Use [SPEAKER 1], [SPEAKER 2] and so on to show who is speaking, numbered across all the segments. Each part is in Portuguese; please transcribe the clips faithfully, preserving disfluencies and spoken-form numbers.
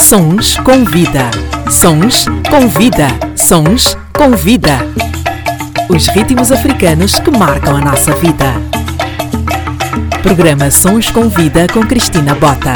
[SPEAKER 1] Sons com vida. Sons com vida. Sons com vida. Os ritmos africanos que marcam a nossa vida. Programa Sons com Vida com Cristina Bota.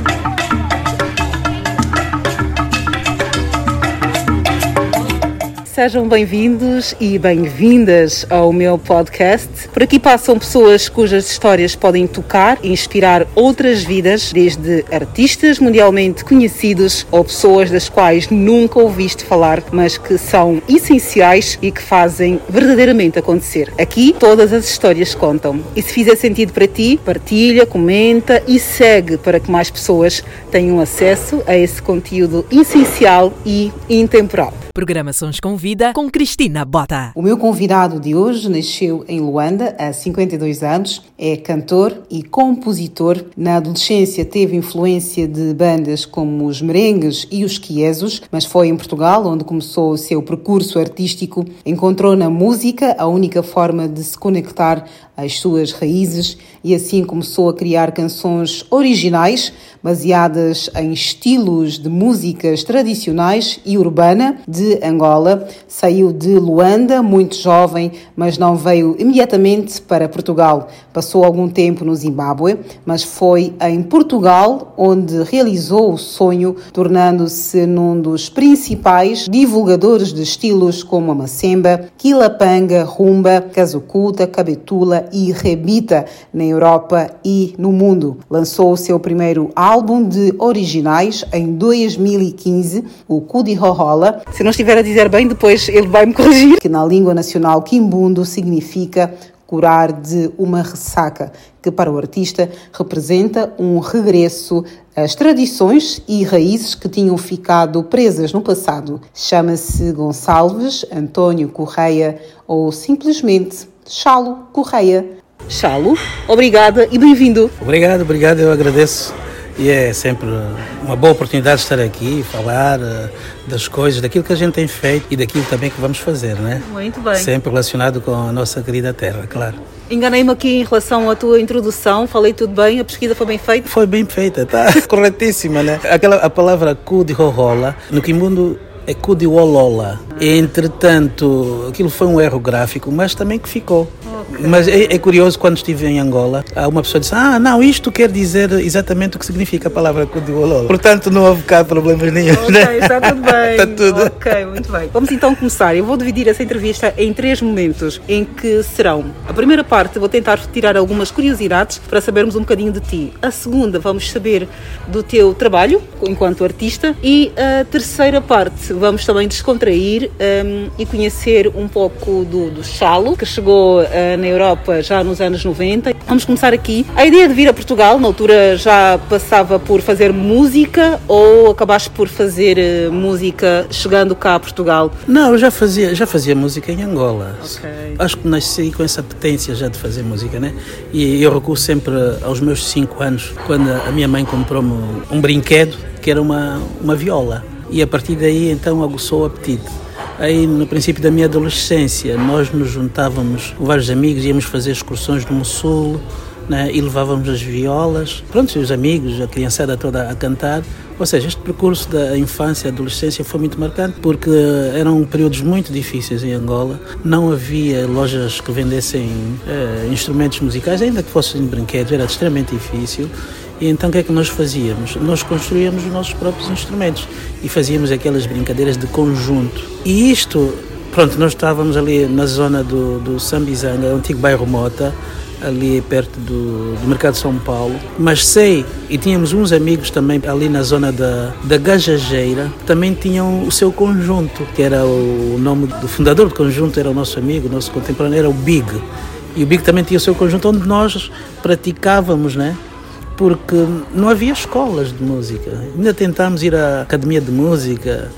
[SPEAKER 2] Sejam bem-vindos e bem-vindas ao meu podcast. Por aqui passam pessoas cujas histórias podem tocar e inspirar outras vidas, desde artistas mundialmente conhecidos ou pessoas das quais nunca ouviste falar, mas que são essenciais e que fazem verdadeiramente acontecer. Aqui todas as histórias contam. E se fizer sentido para ti, partilha, comenta e segue para que mais pessoas tenham acesso a esse conteúdo essencial e intemporal.
[SPEAKER 1] Programa Sons com Vida com Cristina Bota.
[SPEAKER 2] O meu convidado de hoje nasceu em Luanda há cinquenta e dois anos, é cantor e compositor. Na adolescência teve influência de bandas como os Merengues e os Quiesos, mas foi em Portugal onde começou o seu percurso artístico. Encontrou na música a única forma de se conectar às suas raízes e assim começou a criar canções originais baseadas em estilos de músicas tradicionais e urbana de Angola. Saiu de Luanda muito jovem, mas não veio imediatamente para Portugal. Passou algum tempo no Zimbábue, mas foi em Portugal onde realizou o sonho, tornando-se num dos principais divulgadores de estilos como a macemba, quilapanga, rumba, kazukuta, cabetula e rebita na Europa e no mundo. Lançou o seu primeiro álbum de originais em dois mil e quinze, o Kudihohola. Se não estiver a dizer bem, depois ele vai me corrigir. Que na língua nacional quimbundo significa curar de uma ressaca, que para o artista representa um regresso às tradições e raízes que tinham ficado presas no passado. Chama-se Gonçalves António Correia ou simplesmente Chalo Correia. Chalo, obrigada e bem-vindo.
[SPEAKER 3] Obrigado, obrigado, eu agradeço. E é sempre uma boa oportunidade de estar aqui e falar uh, das coisas, daquilo que a gente tem feito e daquilo também que vamos fazer, né?
[SPEAKER 2] Muito bem.
[SPEAKER 3] Sempre relacionado com a nossa querida terra, claro.
[SPEAKER 2] Enganei-me aqui em relação à tua introdução, falei tudo bem, a pesquisa foi bem feita?
[SPEAKER 3] Foi bem feita, tá corretíssima, né? Aquela, a palavra Kudihohola, no Quimbundo é Kudiwolola. Entretanto, aquilo foi um erro gráfico, mas também que ficou. Okay. Mas é, é curioso, quando estive em Angola, uma pessoa disse, ah, não, isto quer dizer exatamente o que significa a palavra Kudiwolola. Portanto, não houve cá problemas nenhum.
[SPEAKER 2] Ok,
[SPEAKER 3] né?
[SPEAKER 2] está tudo bem.
[SPEAKER 3] Está tudo.
[SPEAKER 2] Ok, muito bem. Vamos então começar. Eu vou dividir essa entrevista em três momentos, em que serão, a primeira parte, vou tentar retirar algumas curiosidades para sabermos um bocadinho de ti. A segunda, vamos saber do teu trabalho enquanto artista. E a terceira parte, vamos também descontrair um, e conhecer um pouco do, do Chalo, que chegou uh, na Europa já nos anos noventa. Vamos começar aqui. A ideia de vir a Portugal, na altura já passava por fazer música ou acabaste por fazer uh, música chegando cá a Portugal?
[SPEAKER 3] Não, eu já fazia, já fazia música em Angola.
[SPEAKER 2] Okay.
[SPEAKER 3] Acho que nasci com essa potência já de fazer música, né? E eu recuo sempre aos meus cinco anos, quando a minha mãe comprou-me um brinquedo que era uma, uma viola. E a partir daí, então, aguçou o apetite. Aí, no princípio da minha adolescência, nós nos juntávamos com vários amigos, íamos fazer excursões no Mossul, né, e levávamos as violas. Pronto, os amigos, a criançada toda a cantar. Ou seja, este percurso da infância e adolescência foi muito marcante porque eram períodos muito difíceis em Angola. Não havia lojas que vendessem eh, instrumentos musicais, ainda que fossem brinquedos, era extremamente difícil. E então o que é que nós fazíamos? Nós construíamos os nossos próprios instrumentos e fazíamos aquelas brincadeiras de conjunto. E isto, pronto, nós estávamos ali na zona do, do Sambizanga, o antigo bairro Mota, ali perto do, do Mercado de São Paulo, mas sei, e tínhamos uns amigos também ali na zona da, da Gajageira, que também tinham o seu conjunto, que era o, o nome do fundador do conjunto, era o nosso amigo, o nosso contemporâneo, era o Big. E o Big também tinha o seu conjunto onde nós praticávamos, né? Porque não havia escolas de música. Ainda tentámos ir à Academia de Música,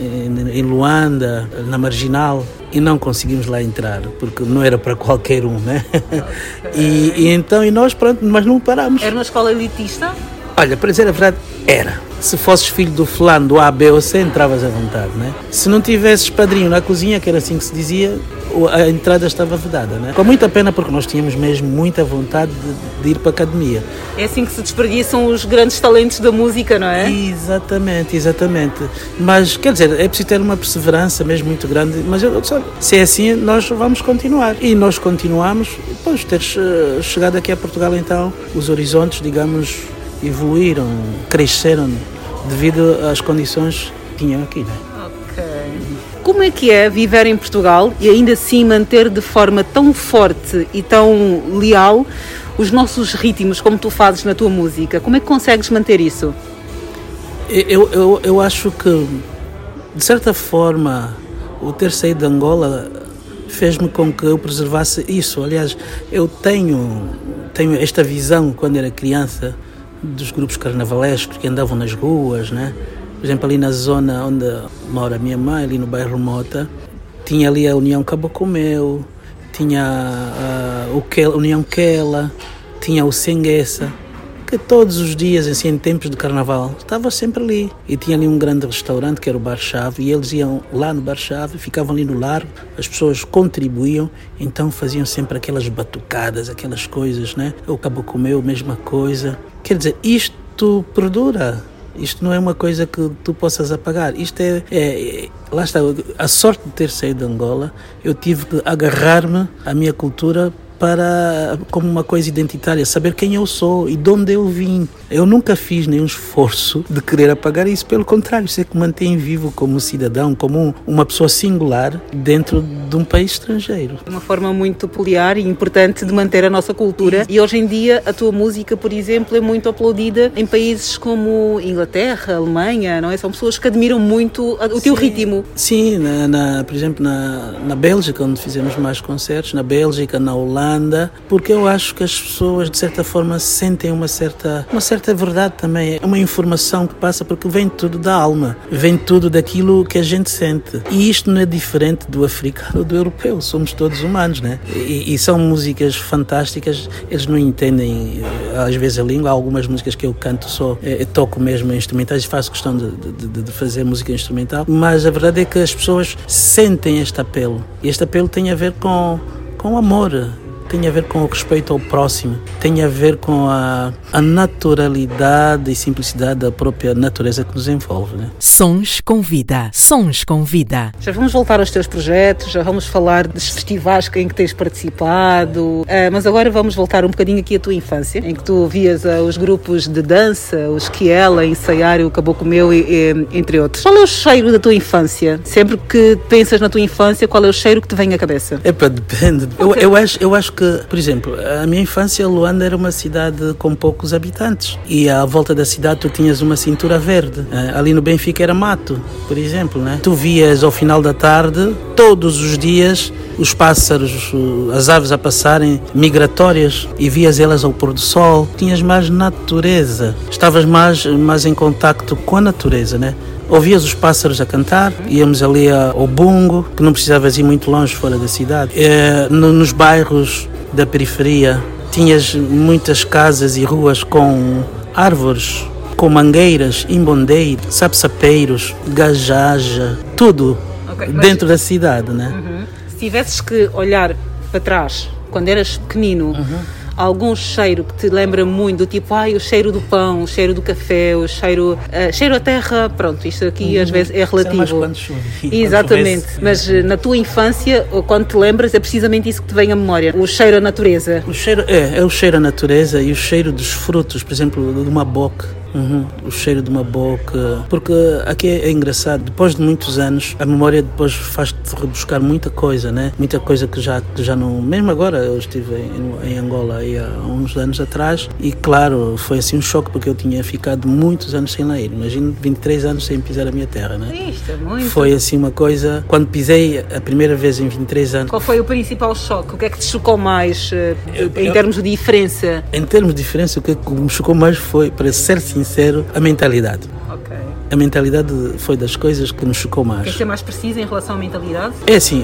[SPEAKER 3] em Luanda, na Marginal, e não conseguimos lá entrar, porque não era para qualquer um, né? E, e então, e nós, pronto, mas não parámos.
[SPEAKER 2] Era uma escola elitista?
[SPEAKER 3] Olha, para dizer a verdade, era. se fosses filho do fulano, do A, B ou C, entravas à vontade, né? Se não tivesses padrinho na cozinha, que era assim que se dizia, a entrada estava vedada, né? Com muita pena, porque nós tínhamos mesmo muita vontade de, de ir para a academia.
[SPEAKER 2] É assim que se desperdiçam os grandes talentos da música, não é?
[SPEAKER 3] Exatamente, exatamente. Mas, quer dizer, é preciso ter uma perseverança mesmo muito grande, mas eu, se é assim, nós vamos continuar. E nós continuamos, depois de ter chegado aqui a Portugal, então, os horizontes, digamos, evoluíram, cresceram devido às condições que tinham aqui, né?
[SPEAKER 2] Ok. Como é que é viver em Portugal e ainda assim manter de forma tão forte e tão leal os nossos ritmos, como tu fazes na tua música? Como é que consegues manter isso?
[SPEAKER 3] Eu, eu, eu acho que, de certa forma, o ter saído de Angola fez-me com que eu preservasse isso. Aliás, eu tenho, tenho esta visão, quando era criança, dos grupos carnavalescos que andavam nas ruas, né? Por exemplo, ali na zona onde mora a minha mãe, ali no bairro Mota, tinha ali a União Cabocomeu, tinha a, o Ke, União Quela, tinha o Senguessa, que todos os dias, assim, em tempos de carnaval, estava sempre ali. E tinha ali um grande restaurante, que era o Bar-Chave, e eles iam lá no Bar-Chave, ficavam ali no largo, as pessoas contribuíam, então faziam sempre aquelas batucadas, aquelas coisas, né? O Cabocomeu, mesma coisa. Quer dizer, isto perdura. Isto não é uma coisa que tu possas apagar. Isto é, é... Lá está, a sorte de ter saído de Angola, eu tive que agarrar-me à minha cultura para, como uma coisa identitária, saber quem eu sou e de onde eu vim. Eu nunca fiz nenhum esforço de querer apagar isso, pelo contrário, isso é que mantém vivo como cidadão, como uma pessoa singular dentro de um país estrangeiro.
[SPEAKER 2] Uma forma muito peculiar e importante de manter a nossa cultura. E hoje em dia a tua música, por exemplo, é muito aplaudida em países como Inglaterra, Alemanha, não é? São pessoas que admiram muito o teu
[SPEAKER 3] Sim.
[SPEAKER 2] ritmo.
[SPEAKER 3] Sim, na, na, por exemplo, na, na Bélgica, onde fizemos mais concertos, na Bélgica, na Holanda, porque eu acho que as pessoas, de certa forma, sentem uma certa, uma certa verdade também. É uma informação que passa, porque vem tudo da alma, vem tudo daquilo que a gente sente. E isto não é diferente do africano ou do europeu, somos todos humanos, né? E, e são músicas fantásticas, eles não entendem, às vezes, a língua. Há algumas músicas que eu canto só, eu toco mesmo instrumentais, faço questão de, de, de fazer música instrumental, mas a verdade é que as pessoas sentem este apelo. E este apelo tem a ver com, com amor, tem a ver com o respeito ao próximo, tem a ver com a, a naturalidade e simplicidade da própria natureza que nos envolve, né?
[SPEAKER 1] Sons com vida, sons com vida.
[SPEAKER 2] Já vamos voltar aos teus projetos, já vamos falar dos festivais em que tens participado, uh, mas agora vamos voltar um bocadinho aqui à tua infância, em que tu vias uh, os grupos de dança, os Kiela, ensaiar o Cabocomeu, e, e, entre outros. Qual é o cheiro da tua infância? Sempre que pensas na tua infância, qual é o cheiro que te vem à cabeça?
[SPEAKER 3] Epa, depende. Okay. Eu, eu, acho, eu acho que, por exemplo, a minha infância, Luanda era uma cidade com poucos habitantes e à volta da cidade tu tinhas uma cintura verde. Ali no Benfica era mato, por exemplo, né? Tu vias ao final da tarde, todos os dias, os pássaros, as aves a passarem migratórias, e vias elas ao pôr do sol. Tinhas mais natureza, estavas mais, mais em contacto com a natureza, né? Ouvias os pássaros a cantar, íamos ali ao Bungo, que não precisavas ir muito longe fora da cidade. É, no, nos bairros da periferia tinhas muitas casas e ruas com árvores, com mangueiras, imbondeiro, sapsapeiros, gajaja, tudo okay, dentro mas... da cidade, né?
[SPEAKER 2] Uhum. Se tivesses que olhar para trás, quando eras pequenino, uhum. algum cheiro que te lembra muito, do tipo, ai, o cheiro do pão, o cheiro do café, o cheiro, uh, cheiro à terra, pronto, isto aqui uhum. às vezes é relativo.
[SPEAKER 3] Mais quando chove.
[SPEAKER 2] Exatamente, quando mas na tua infância, ou quando te lembras, é precisamente isso que te vem à memória, o cheiro à natureza.
[SPEAKER 3] O cheiro, é, é o cheiro à natureza e o cheiro dos frutos, por exemplo, de uma boca. Uhum. O cheiro de uma boca, porque aqui é, é engraçado, depois de muitos anos a memória depois faz-te rebuscar muita coisa, né? Muita coisa que já, que já não, mesmo agora eu estive em, em Angola aí há uns anos atrás e claro, foi assim um choque porque eu tinha ficado muitos anos sem lá ir, imagino vinte e três anos sem pisar a minha terra, né?
[SPEAKER 2] Isto é muito.
[SPEAKER 3] Foi assim uma coisa, quando pisei a primeira vez em vinte e três anos.
[SPEAKER 2] Qual foi o principal choque? O que é que te chocou mais eu, em eu, termos de diferença?
[SPEAKER 3] Em termos de diferença, o que me chocou mais foi, para ser sincero, a mentalidade.
[SPEAKER 2] Ok.
[SPEAKER 3] a mentalidade foi das coisas que nos chocou mais.
[SPEAKER 2] Quer ser mais precisa em relação à mentalidade?
[SPEAKER 3] É assim,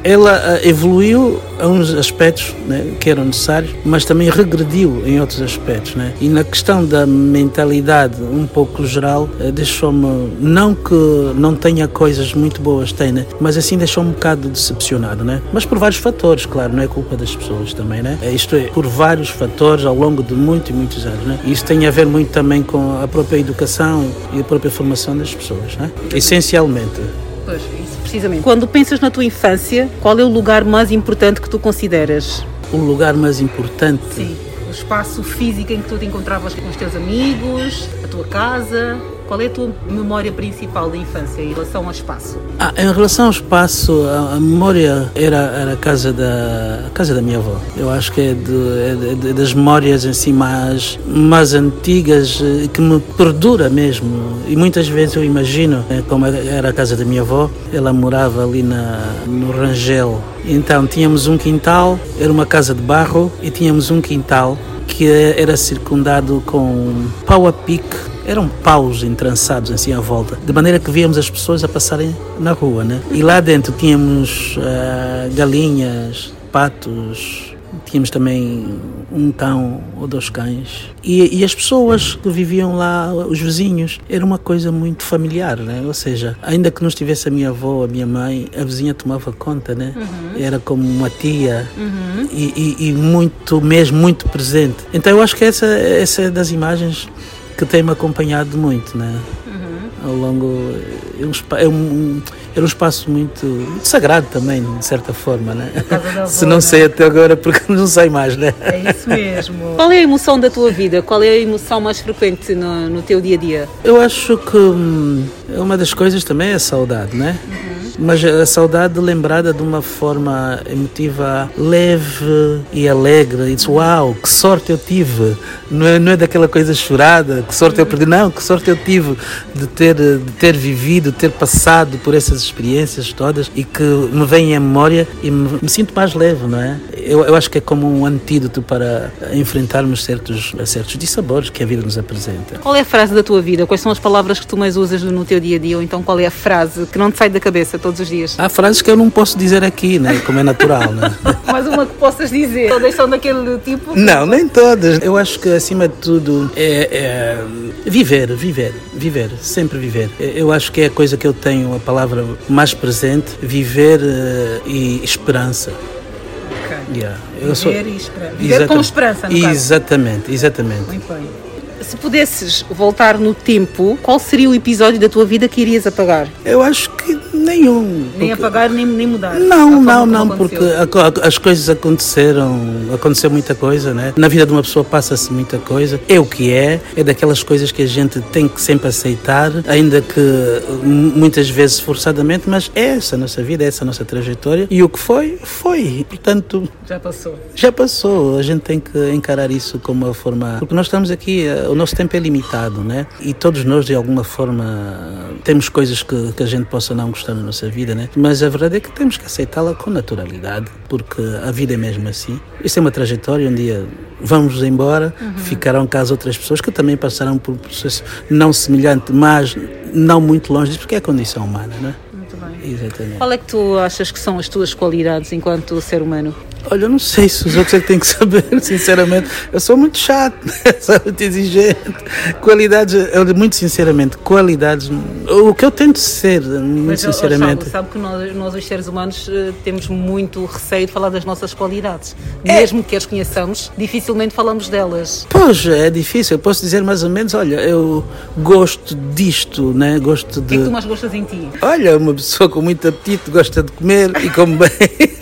[SPEAKER 3] ela evoluiu a uns aspectos, né, que eram necessários, mas também regrediu em outros aspectos, né? E na questão da mentalidade um pouco geral, deixou-me, não que não tenha coisas muito boas, tem, né? Mas assim deixou-me um bocado decepcionado, né? Mas por vários fatores, claro, não é culpa das pessoas também, né? Isto é, por vários fatores ao longo de muitos e muitos anos, né? E isso tem a ver muito também com a própria educação e a própria formação das pessoas, né? Essencialmente.
[SPEAKER 2] Pois, isso precisamente. Quando pensas na tua infância, qual é o lugar mais importante que tu consideras?
[SPEAKER 3] O lugar mais importante?
[SPEAKER 2] Sim, o espaço físico em que tu te encontravas com os teus amigos, a tua casa. Qual é a tua memória principal da infância em relação ao espaço?
[SPEAKER 3] Ah, em relação ao espaço, a, a memória era, era a, casa da, a casa da minha avó. Eu acho que é, de, é de, das memórias assim mais, mais antigas, que me perdura mesmo. E muitas vezes eu imagino, né, como era a casa da minha avó. Ela morava ali na, no Rangel. Então tínhamos um quintal, era uma casa de barro, e tínhamos um quintal que era circundado com pau a pique. Eram paus entrançados assim à volta, de maneira que víamos as pessoas a passarem na rua, né? E lá dentro tínhamos uh, galinhas, patos, tínhamos também um cão ou dois cães. E, e as pessoas que viviam lá, os vizinhos, era uma coisa muito familiar, né? Ou seja, ainda que não estivesse a minha avó, a minha mãe, a vizinha tomava conta, né? Uhum. Era como uma tia, uhum. e, e, e muito mesmo, muito presente. Então eu acho que essa, essa é das imagens que tem-me acompanhado muito, né? Uhum. Ao longo... É um, é um, era um espaço muito, muito sagrado também, de certa forma, né?
[SPEAKER 2] A casa da avó,
[SPEAKER 3] se não sei, né? Até agora, porque não sei mais, né?
[SPEAKER 2] É isso mesmo. Qual é a emoção da tua vida? Qual é a emoção mais frequente no, no teu dia-a-dia?
[SPEAKER 3] Eu acho que hum, uma das coisas também é a saudade, né? Uhum. Mas a saudade lembrada de uma forma emotiva leve e alegre. E diz, uau, que sorte eu tive. Não é, não é daquela coisa chorada, que sorte eu perdi. Não, que sorte eu tive de ter, de ter vivido, de ter passado por essas experiências todas e que me vêm à memória e me, me sinto mais leve, não é? Eu, eu acho que é como um antídoto para enfrentarmos certos, certos dissabores que a vida nos apresenta.
[SPEAKER 2] Qual é a frase da tua vida? Quais são as palavras que tu mais usas no teu dia-a-dia? Ou então qual é a frase que não te sai da cabeça todos os dias?
[SPEAKER 3] Há frases que eu não posso dizer aqui, né? Como é natural, né?
[SPEAKER 2] Mas uma que possas dizer? Todas são daquele tipo?
[SPEAKER 3] Não, nem todas. Eu acho que acima de tudo é, é viver, viver, viver, sempre viver. Eu acho que é a coisa que eu tenho, a palavra mais presente, viver uh, e esperança.
[SPEAKER 2] Ok.
[SPEAKER 3] Yeah.
[SPEAKER 2] Viver
[SPEAKER 3] eu sou...
[SPEAKER 2] e esperança. Viver Exatamente. Com esperança, no caso.
[SPEAKER 3] Exatamente, exatamente.
[SPEAKER 2] Muito bem. Se pudesses voltar no tempo, qual seria o episódio da tua vida que irias apagar?
[SPEAKER 3] Eu acho que nenhum.
[SPEAKER 2] Nem porque... apagar, nem, nem mudar?
[SPEAKER 3] Não, não, não, porque a, a, as coisas aconteceram, aconteceu muita coisa, né? Na vida de uma pessoa passa-se muita coisa. É o que é, é daquelas coisas que a gente tem que sempre aceitar, ainda que muitas vezes forçadamente, mas é essa a nossa vida, é essa a nossa trajetória. E o que foi, foi. Portanto...
[SPEAKER 2] Já passou.
[SPEAKER 3] Já passou. A gente tem que encarar isso como uma forma... Porque nós estamos aqui... O nosso tempo é limitado, né? E todos nós, de alguma forma, temos coisas que, que a gente possa não gostar na nossa vida, né? Mas a verdade é que temos que aceitá-la com naturalidade, porque a vida é mesmo assim. Isso é uma trajetória, um dia vamos embora, uhum. Ficarão cá as outras pessoas que também passarão por um processo não semelhante, mas não muito longe disso, porque é a condição humana, né?
[SPEAKER 2] Muito bem.
[SPEAKER 3] Exatamente.
[SPEAKER 2] Qual é que tu achas que são as tuas qualidades enquanto ser humano?
[SPEAKER 3] Olha, eu não sei se os outros é que têm que saber, sinceramente. Eu sou muito chato, sou muito exigente. Qualidades, eu, muito sinceramente, qualidades... O que eu tento ser, muito
[SPEAKER 2] Mas,
[SPEAKER 3] sinceramente...
[SPEAKER 2] Sabe, sabe que nós, nós, os seres humanos, temos muito receio de falar das nossas qualidades. É. Mesmo que as conheçamos, dificilmente falamos delas.
[SPEAKER 3] Pois, é difícil. Eu posso dizer mais ou menos, olha, eu gosto disto, né? Gosto de...
[SPEAKER 2] O que é que tu mais gostas em ti?
[SPEAKER 3] Olha, uma pessoa com muito apetite, gosta de comer e come bem...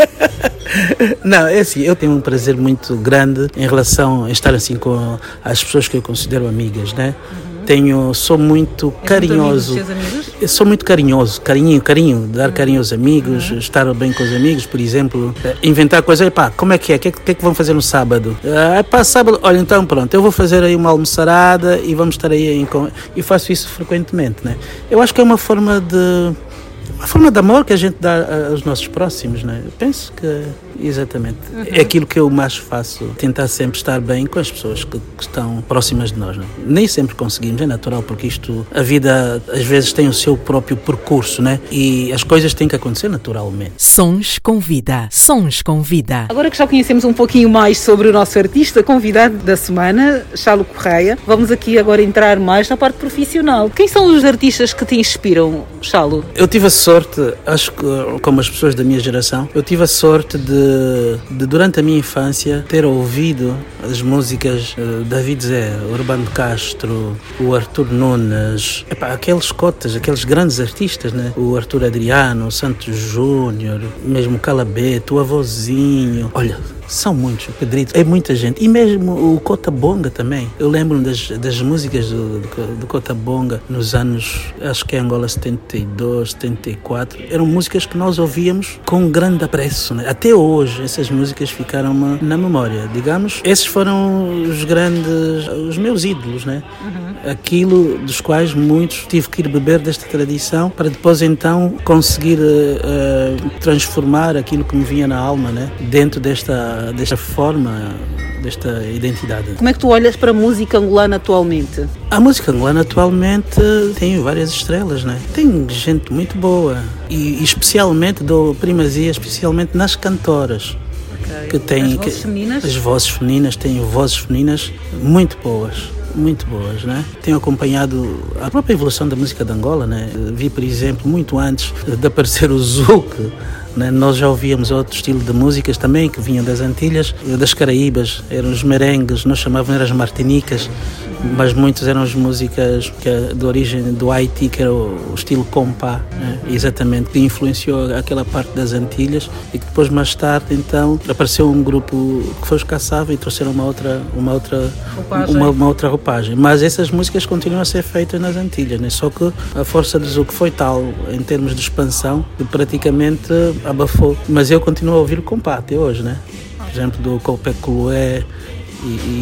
[SPEAKER 3] Não, é assim, eu tenho um prazer muito grande em relação a estar assim com as pessoas que eu considero amigas, né? Uhum. Tenho, sou muito És carinhoso.
[SPEAKER 2] Muito amigo dos seus amigos?
[SPEAKER 3] Eu sou muito carinhoso, carinho, carinho, dar uhum. carinho aos amigos, uhum. estar bem com os amigos, por exemplo, inventar coisas, pá, como é que é? O que é que, que, é que vão fazer no sábado? Ah, pá, sábado, olha, então pronto, eu vou fazer aí uma almoçarada e vamos estar aí em, e faço isso frequentemente, né? Eu acho que é uma forma de uma forma de amor que a gente dá aos nossos próximos, né? Eu penso que exatamente. Uhum. É aquilo que eu mais faço, tentar sempre estar bem com as pessoas que, que estão próximas de nós. Não? Nem sempre conseguimos, é natural, porque isto, a vida às vezes tem o seu próprio percurso, né? E as coisas têm que acontecer naturalmente.
[SPEAKER 1] Sons com vida, sons com vida.
[SPEAKER 2] Agora que já conhecemos um pouquinho mais sobre o nosso artista convidado da semana, Chalo Correia, vamos aqui agora entrar mais na parte profissional. Quem são os artistas que te inspiram, Chalo?
[SPEAKER 3] Eu tive a sorte, acho que como as pessoas da minha geração, eu tive a sorte de, de durante a minha infância, ter ouvido as músicas uh, David Zé, Urbano de Castro, o Artur Nunes, epá, aqueles cotas, aqueles grandes artistas, né? O Artur Adriano, o Santos Júnior, mesmo o Calabeto, o Avozinho. Olha, são muitos, o Pedrito, é muita gente. E mesmo o Cota Bonga também. Eu lembro-me das, das músicas do, do, do Cota Bonga nos anos, acho que é Angola setenta e dois, setenta e quatro. Eram músicas que nós ouvíamos com grande apreço, né? Até hoje, essas músicas ficaram na memória. Digamos, esses foram os grandes, os meus ídolos, né? Uhum. Aquilo dos quais muitos tive que ir beber desta tradição para depois então conseguir uh, uh, transformar aquilo que me vinha na alma, né? Dentro desta desta forma, desta identidade.
[SPEAKER 2] Como é que tu olhas para a música angolana atualmente?
[SPEAKER 3] A música angolana atualmente tem várias estrelas, né? Tem gente muito boa e especialmente dou primazia especialmente nas cantoras. Okay. Que têm,
[SPEAKER 2] as vozes femininas?
[SPEAKER 3] As vozes femininas têm vozes femininas muito boas. Muito boas, né? Tenho acompanhado a própria evolução da música de Angola, né? Vi, por exemplo, muito antes de aparecer o zouk, né? Nós já ouvíamos outro estilo de músicas também que vinham das Antilhas, das Caraíbas, eram os merengues, nós chamávamos as martinicas, mas muitos eram as músicas que, de origem do Haiti, que era o, o estilo compa, né? Exatamente, que influenciou aquela parte das Antilhas e que depois mais tarde então apareceu um grupo que foi os Caçava e trouxeram uma outra uma outra roupagem. Uma, uma outra roupagem, mas essas músicas continuam a ser feitas nas Antilhas, né? Só que a força do zouk foi tal em termos de expansão que praticamente abafou, mas eu continuo a ouvir o compa até hoje, né? Por exemplo, do Copé Coloé e,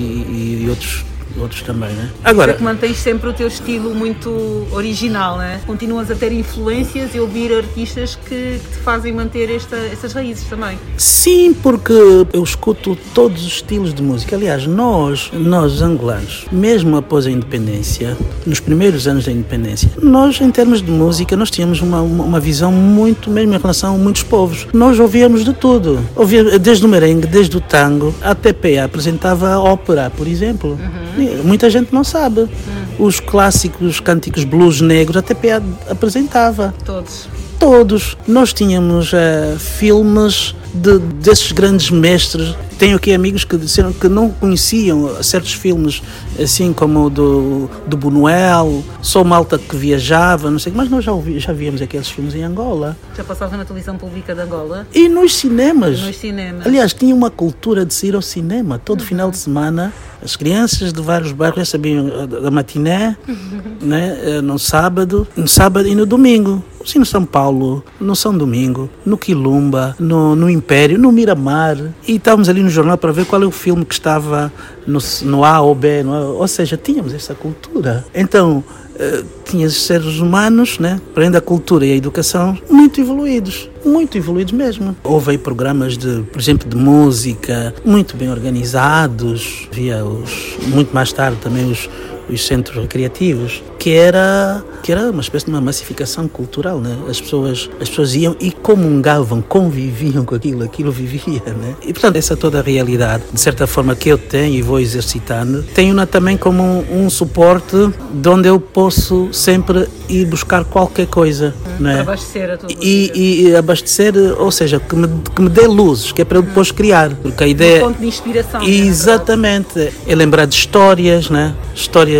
[SPEAKER 3] e, e outros outros também, né?
[SPEAKER 2] Agora, você que mantens sempre o teu estilo muito original, né? Continuas a ter influências e ouvir artistas que, que te fazem manter esta, essas raízes também.
[SPEAKER 3] Sim, porque eu escuto todos os estilos de música. Aliás, nós, nós angolanos, mesmo após a independência, nos primeiros anos da independência, nós, em termos de música, nós tínhamos uma, uma visão muito, mesmo em relação a muitos povos. Nós ouvíamos de tudo. Ouvia, desde o merengue, desde o tango, a T P A apresentava ópera, por exemplo. Uhum. Muita gente não sabe. Hum. Os clássicos cânticos blues negros a T P A apresentava.
[SPEAKER 2] Todos.
[SPEAKER 3] Todos. Nós tínhamos uh, filmes de, desses grandes mestres. Tenho aqui amigos que disseram que não conheciam certos filmes, assim como o do, do Buñuel, Sou Malta que Viajava, não sei, mas nós já, ouvi, já víamos aqueles filmes em Angola.
[SPEAKER 2] Já passava na televisão pública de Angola?
[SPEAKER 3] E nos cinemas.
[SPEAKER 2] Nos cinemas.
[SPEAKER 3] Aliás, tinha uma cultura de sair ao cinema. Todo uhum. final de semana, as crianças de vários bairros recebiam a matiné, uhum. né, no sábado, no sábado e no domingo. Sim, no São Paulo, no São Domingo, no Quilumba, no, no Império, no Miramar. E estávamos ali no jornal para ver qual é o filme que estava no, no A ou B. No A, ou seja, tínhamos essa cultura. Então, uh, tinha os seres humanos, né, além da cultura e a educação, muito evoluídos. Muito evoluídos mesmo. Houve aí programas, de, por exemplo, de música, muito bem organizados. Havia os, muito mais tarde também os os centros recreativos, que era, que era uma espécie de uma massificação cultural, né? As pessoas, as pessoas iam e comungavam, conviviam com aquilo, aquilo vivia, né? E, portanto, essa toda a realidade, de certa forma, que eu tenho e vou exercitando, tenho-na também como um, um suporte de onde eu posso sempre ir buscar qualquer coisa, hum, né?
[SPEAKER 2] Para abastecer a tua
[SPEAKER 3] e, e, e abastecer, ou seja, que me, que me dê luzes, que é para eu depois criar, porque a ideia...
[SPEAKER 2] Um ponto de inspiração.
[SPEAKER 3] Exatamente. Né? É lembrar de histórias, né? Histórias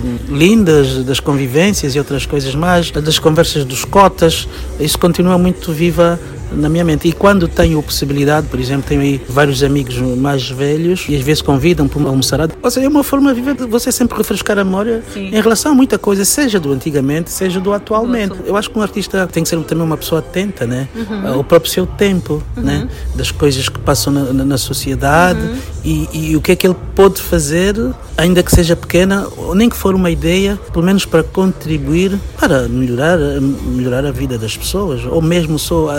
[SPEAKER 3] lindas das convivências e outras coisas mais, das conversas dos cotas, isso continua muito viva na minha mente. E quando tenho a possibilidade, por exemplo, tenho aí vários amigos mais velhos e às vezes convidam para almoçar. Ou seja, é uma forma viva de você sempre refrescar a memória. Sim. Em relação a muita coisa, seja do antigamente, seja do atualmente. Eu acho que um artista tem que ser também uma pessoa atenta, né? Uhum. Ao próprio seu tempo, uhum. né? Das coisas que passam na, na, na sociedade uhum. e, e o que é que ele pode fazer, ainda que seja pequena, ou nem que for uma ideia, pelo menos para contribuir para melhorar, melhorar a vida das pessoas, ou mesmo só as ideias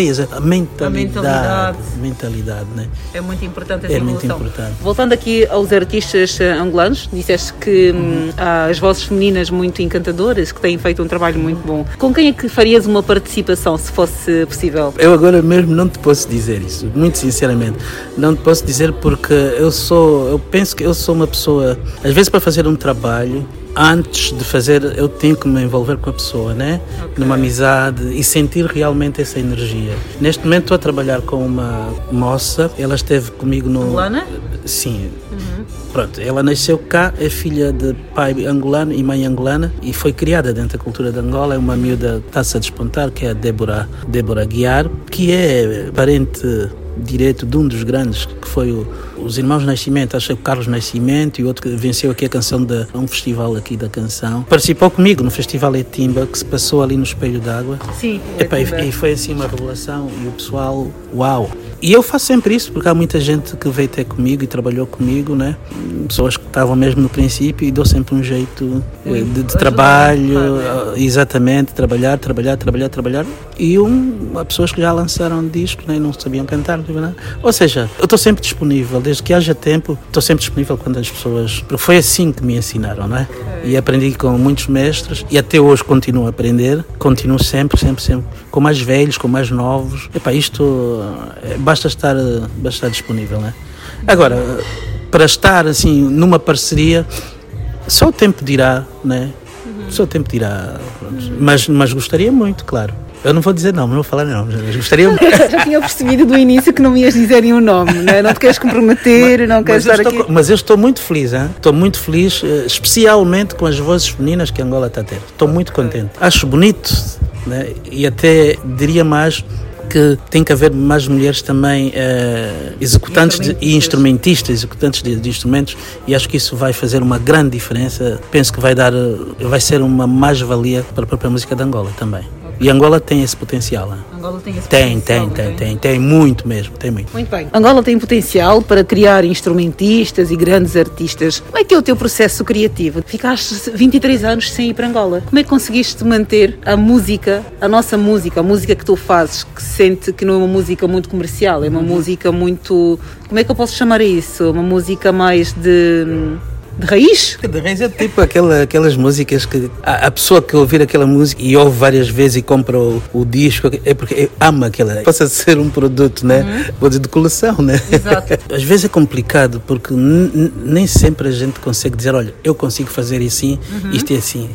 [SPEAKER 3] ideias, a mentalidade. A mentalidade,
[SPEAKER 2] mentalidade
[SPEAKER 3] né?
[SPEAKER 2] É muito importante essa
[SPEAKER 3] é
[SPEAKER 2] evolução.
[SPEAKER 3] Muito importante.
[SPEAKER 2] Voltando aqui aos artistas angolanos, disseste que uhum. hum, há as vozes femininas muito encantadoras, que têm feito um trabalho muito bom. Com quem é que farias uma participação, se fosse possível?
[SPEAKER 3] Eu agora mesmo não te posso dizer isso, muito sinceramente. Não te posso dizer porque eu sou, eu penso que eu sou uma pessoa, às vezes para fazer um trabalho, antes de fazer, eu tenho que me envolver com a pessoa, né? Okay. Numa amizade e sentir realmente essa energia. Neste momento estou a trabalhar com uma moça, ela esteve comigo no...
[SPEAKER 2] Angolana?
[SPEAKER 3] Sim. Uhum. Pronto, ela nasceu cá, é filha de pai angolano e mãe angolana e foi criada dentro da cultura de Angola. É uma miúda que está-se a despontar, que é a Débora, Débora Guiar, que é parente direto de um dos grandes, que foi o, os Irmãos Nascimento, acho que o Carlos Nascimento, e outro que venceu aqui a canção de um festival aqui da canção. Participou comigo no Festival Etimba, que se passou ali no Espelho d'Água.
[SPEAKER 2] Sim,
[SPEAKER 3] Epa, e, e foi assim uma revelação, e o pessoal, uau! E eu faço sempre isso, porque há muita gente que veio ter comigo e trabalhou comigo, né? Pessoas que estavam mesmo no princípio, e dou sempre um jeito de, de trabalho, exatamente, trabalhar, trabalhar, trabalhar, trabalhar. E um, há pessoas que já lançaram disco, né? E não sabiam cantar, né? Ou seja, eu estou sempre disponível, desde que haja tempo, estou sempre disponível quando as pessoas... Porque foi assim que me ensinaram, não é? E aprendi com muitos mestres, e até hoje continuo a aprender, continuo sempre, sempre, sempre, com mais velhos, com mais novos. Epá, isto... Basta estar, basta estar disponível, né? Agora, para estar assim numa parceria, só o tempo dirá, né? Uhum. Só o tempo dirá. Uhum. Mas, mas gostaria muito, claro. Eu não vou dizer não, não vou falar não. Mas gostaria muito.
[SPEAKER 2] Já tinha percebido do início que não me ias dizer nenhum nome, né? Não te queres comprometer, mas, não queres estar
[SPEAKER 3] estou,
[SPEAKER 2] aqui.
[SPEAKER 3] Mas eu estou muito feliz, hein? Estou muito feliz, especialmente com as vozes femininas que Angola está a ter. Estou muito contente. Acho bonito, né? E até diria mais, que tem que haver mais mulheres também uh, executantes de, e instrumentistas, executantes de, de instrumentos, e acho que isso vai fazer uma grande diferença. Penso que vai dar, vai ser uma mais-valia para a própria música de Angola também. E Angola tem esse potencial. Hein?
[SPEAKER 2] Angola tem esse
[SPEAKER 3] tem,
[SPEAKER 2] potencial.
[SPEAKER 3] Tem, tem, tem, tem muito mesmo, tem muito.
[SPEAKER 2] Muito bem. Angola tem potencial para criar instrumentistas e grandes artistas. Como é que é o teu processo criativo? Ficaste vinte e três anos sem ir para Angola. Como é que conseguiste manter a música, a nossa música, a música que tu fazes, que sente que não é uma música muito comercial, é uma uhum. música muito... Como é que eu posso chamar isso? Uma música mais de... De raiz?
[SPEAKER 3] De raiz é tipo aquela, aquelas músicas que a, a pessoa que ouvir aquela música e ouve várias vezes e compra o, o disco, é porque ama aquela. Possa ser um produto, né? Uhum. Vou dizer, de coleção, né?
[SPEAKER 2] Exato.
[SPEAKER 3] Às vezes é complicado porque n- n- nem sempre a gente consegue dizer, olha, eu consigo fazer assim, uhum. isto é assim.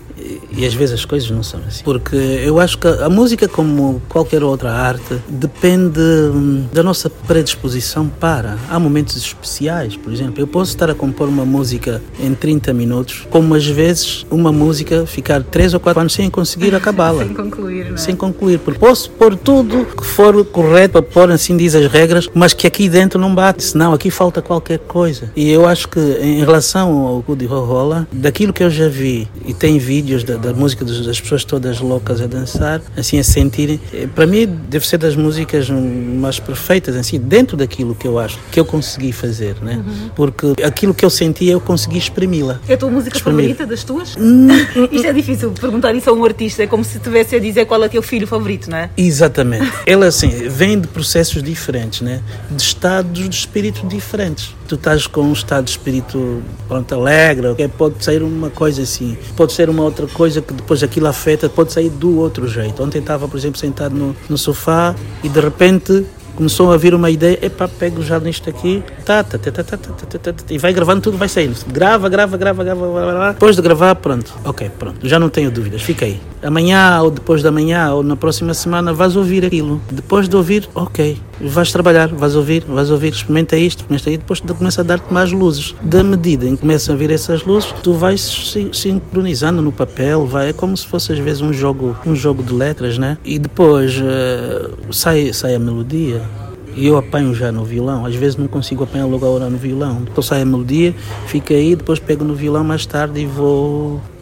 [SPEAKER 3] E às vezes as coisas não são assim. Porque eu acho que a música, como qualquer outra arte, depende da nossa predisposição para. Há momentos especiais, por exemplo. Eu posso estar a compor uma música em trinta minutos, como às vezes uma música ficar três ou quatro anos sem conseguir acabá-la.
[SPEAKER 2] Sem concluir, não é?
[SPEAKER 3] Sem concluir. Porque posso pôr tudo que for correto para pôr, assim diz as regras, mas que aqui dentro não bate. Senão aqui falta qualquer coisa. E eu acho que em relação ao Goody Rohola, daquilo que eu já vi, e tem vídeos da da música das pessoas todas loucas a dançar, assim a sentirem, para mim deve ser das músicas mais perfeitas, assim, dentro daquilo que eu acho que eu consegui fazer, né? Uhum. Porque aquilo que eu sentia eu consegui exprimi-la.
[SPEAKER 2] É a tua música Exprimir. favorita das tuas? Hum. Isto é difícil perguntar isso a um artista, é como se estivesse a dizer qual é o teu filho favorito, não é?
[SPEAKER 3] Exatamente. Ela assim, vem de processos diferentes, né? De estados de espírito diferentes. Tu estás com um estado de espírito, pronto, alegre, okay? Pode sair uma coisa assim, pode ser uma outra coisa que depois aquilo afeta, pode sair do outro jeito. Ontem estava, por exemplo, sentado no, no sofá e de repente começou a vir uma ideia, epá, pego já nisto aqui, tá, tá, tá, tá, tá, tá, tá, tá, tá, e vai gravando tudo, vai saindo. Grava, grava, grava, grava, grava. Depois de gravar, pronto, ok, pronto, já não tenho dúvidas, fica aí. Amanhã ou depois da manhã ou na próxima semana vais ouvir aquilo. Depois de ouvir, ok, vais trabalhar, vais ouvir, vais ouvir, experimenta isto, experimenta isto, depois começa a dar-te mais luzes. Da medida em que começam a vir essas luzes, tu vais se sincronizando no papel, vai, é como se fosse às vezes um jogo, um jogo de letras, né? E depois uh, sai, sai a melodia. E eu apanho já no violão, às vezes não consigo apanhar logo a hora no violão. Então sai a melodia, fica aí, depois pego no violão mais tarde e vou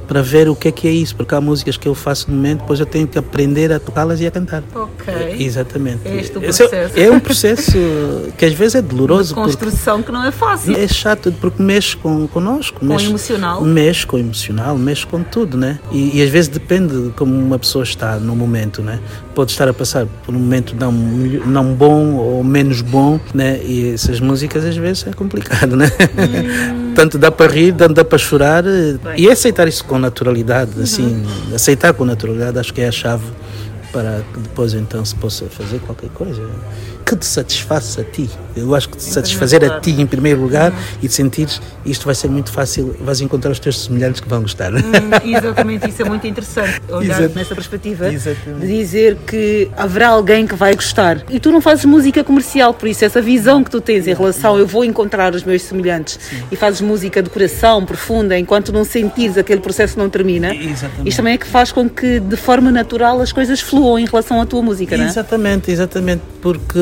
[SPEAKER 3] para ver o que é que é isso, porque há músicas que eu faço no momento, depois eu tenho que aprender a tocá-las e a cantar.
[SPEAKER 2] Ok.
[SPEAKER 3] É, exatamente.
[SPEAKER 2] É este o processo.
[SPEAKER 3] É, é um processo que às vezes é doloroso.
[SPEAKER 2] Uma construção que não é fácil.
[SPEAKER 3] É chato porque mexe com, connosco.
[SPEAKER 2] Com
[SPEAKER 3] mexe,
[SPEAKER 2] o emocional.
[SPEAKER 3] Mexe com o emocional, mexe com tudo, né? E, e às vezes depende de como uma pessoa está no momento, né? Pode estar a passar por um momento não, não bom ou menos bom, né? E essas músicas às vezes é complicado, né? Hum. Tanto dá para rir, tanto dá para chorar. Bem. E aceitar isso com naturalidade, uhum. assim, aceitar com naturalidade acho que é a chave para que depois então se possa fazer qualquer coisa que te satisfaça a ti. Eu acho que te satisfazer a ti em primeiro lugar uhum. e te sentires, isto vai ser muito fácil, vais encontrar os teus semelhantes que vão gostar.
[SPEAKER 2] Hum, exatamente, isso é muito interessante, olhar Exato. nessa perspectiva,
[SPEAKER 3] Exatamente.
[SPEAKER 2] de dizer que haverá alguém que vai gostar. E tu não fazes música comercial, por isso essa visão que tu tens em relação, eu vou encontrar os meus semelhantes, Sim. e fazes música de coração, profunda, enquanto não sentires aquele processo não termina,
[SPEAKER 3] Exatamente.
[SPEAKER 2] Isto também é que faz com que de forma natural as coisas fluam em relação à tua música, não é?
[SPEAKER 3] Exatamente, exatamente, porque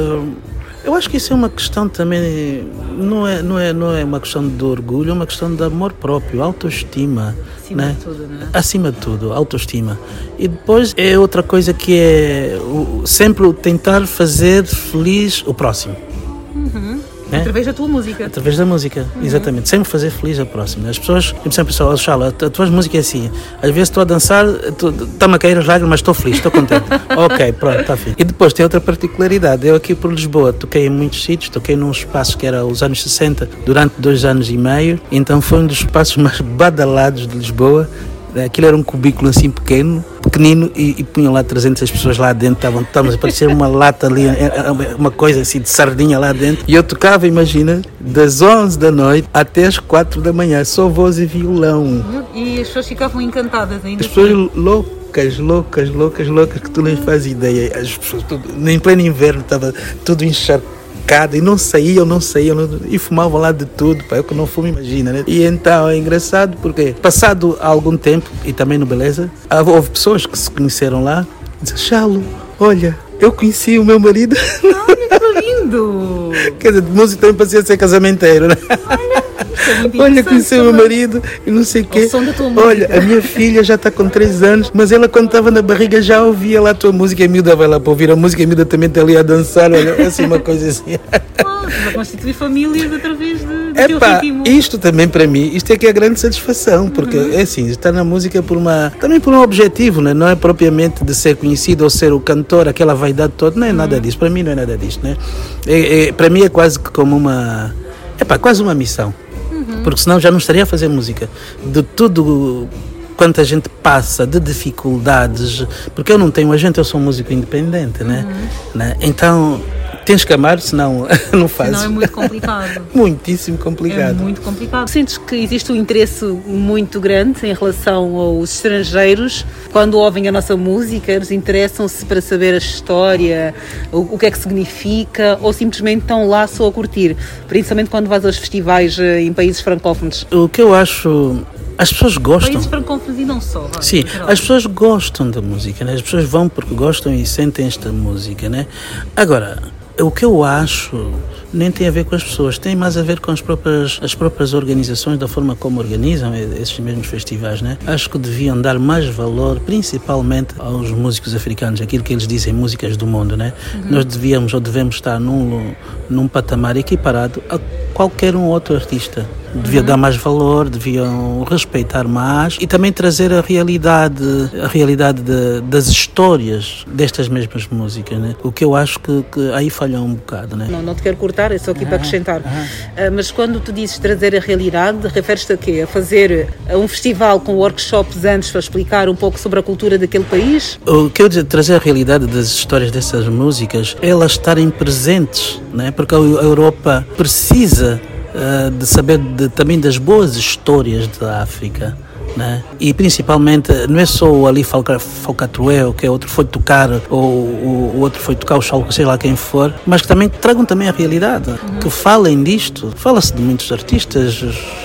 [SPEAKER 3] eu acho que isso é uma questão também, não é, não é, não é uma questão de orgulho, é uma questão de amor próprio, autoestima.
[SPEAKER 2] Acima
[SPEAKER 3] né?
[SPEAKER 2] de tudo, não é?
[SPEAKER 3] Acima de tudo, autoestima. E depois é outra coisa que é o, sempre o tentar fazer feliz o próximo.
[SPEAKER 2] Uhum. É? Através da tua música.
[SPEAKER 3] Através da música, uhum. exatamente. Sempre fazer feliz a próxima. As pessoas sempre pensam, oh, Chala, a tua música é assim. Às vezes estou a dançar, está-me a cair as lágrimas, mas estou feliz, estou contente. Ok, pronto, está fixe. E depois tem outra particularidade. Eu aqui por Lisboa toquei em muitos sítios, toquei num espaço que era os anos sessenta, durante dois anos e meio. Então foi um dos espaços mais badalados de Lisboa. Aquilo era um cubículo assim pequeno, pequenino, e, e punham lá trezentas pessoas lá dentro, estavam, estavam a parecer uma lata ali, uma coisa assim de sardinha lá dentro. E eu tocava, imagina, das onze da noite até as quatro da manhã, só voz e violão.
[SPEAKER 2] E as pessoas ficavam encantadas ainda.
[SPEAKER 3] As pessoas assim. loucas, loucas, loucas, loucas, que tu nem fazes ideia. As pessoas, tudo, em pleno inverno, estava tudo encharcado. E não saíam, não saíam, não, e fumavam lá de tudo, pá, eu que não fumo, imagina, né? E então é engraçado porque, passado algum tempo, e também no Beleza, houve pessoas que se conheceram lá, e disseram, Chalo, olha, eu conheci o meu marido.
[SPEAKER 2] Olha, que lindo!
[SPEAKER 3] Quer dizer, de música também parecia ser casamenteiro, né?
[SPEAKER 2] Olha, é
[SPEAKER 3] olha, conheci o meu marido e não sei o quê. Olha, a minha filha já está com três anos, mas ela quando estava na barriga já ouvia lá a tua música, e a miúda vai lá para ouvir a música, e a miúda também está ali a dançar, olha, assim, uma coisa assim.
[SPEAKER 2] Oh, você vai constituir famílias através de, do
[SPEAKER 3] é
[SPEAKER 2] teu
[SPEAKER 3] pá,
[SPEAKER 2] ritmo.
[SPEAKER 3] Isto também para mim, isto é que é a grande satisfação, porque uhum. é assim, estar na música por uma, também por um objetivo, né? Não é propriamente de ser conhecido ou ser o cantor, aquela vaidade toda, não é uhum. nada disso, para mim não é nada disso, né? É, é, para mim é quase que como uma, é pá, quase uma missão. Porque senão já não estaria a fazer música. De tudo quanto a gente passa, de dificuldades, porque eu não tenho agente, eu sou um músico independente, né? Uhum. né? Então tens que amar, senão não fazes.
[SPEAKER 2] Senão é muito complicado.
[SPEAKER 3] Muitíssimo complicado.
[SPEAKER 2] É muito complicado. Sentes que existe um interesse muito grande em relação aos estrangeiros, quando ouvem a nossa música, eles interessam-se para saber a história, o, o que é que significa, ou simplesmente estão lá só a curtir, principalmente quando vais aos festivais em países francófonos?
[SPEAKER 3] O que eu acho... As pessoas gostam.
[SPEAKER 2] Países francófonos e não só. Vai,
[SPEAKER 3] Sim, as pessoas gostam da música, né? As pessoas vão porque gostam e sentem esta música, né? Agora, o que eu acho nem tem a ver com as pessoas, tem mais a ver com as próprias, as próprias organizações, da forma como organizam esses mesmos festivais, né? Acho que deviam dar mais valor, principalmente aos músicos africanos, aquilo que eles dizem, músicas do mundo, né? Uhum. Nós devíamos ou devemos estar num, num patamar equiparado a qualquer um outro artista. Devia uhum. dar mais valor, deviam respeitar mais e também trazer a realidade, a realidade de, das histórias destas mesmas músicas, né? O que eu acho que, que aí falha um bocado, né?
[SPEAKER 2] Não, não te quero cortar, é só aqui uhum. para acrescentar. Uhum. Uh, mas quando tu dizes trazer a realidade, referes-te a quê? A fazer um festival com workshops antes para explicar um pouco sobre a cultura daquele país?
[SPEAKER 3] O que eu dizer, trazer a realidade das histórias dessas músicas, elas estarem presentes, né? Porque a Europa precisa Uh, de saber de, também das boas histórias da África, né? E principalmente não é só o Ali Falcatruel, que é outro foi tocar ou o outro foi tocar o Chalco, sei lá quem for, mas que também tragam também a realidade, uhum. que falem disto. Fala-se de muitos artistas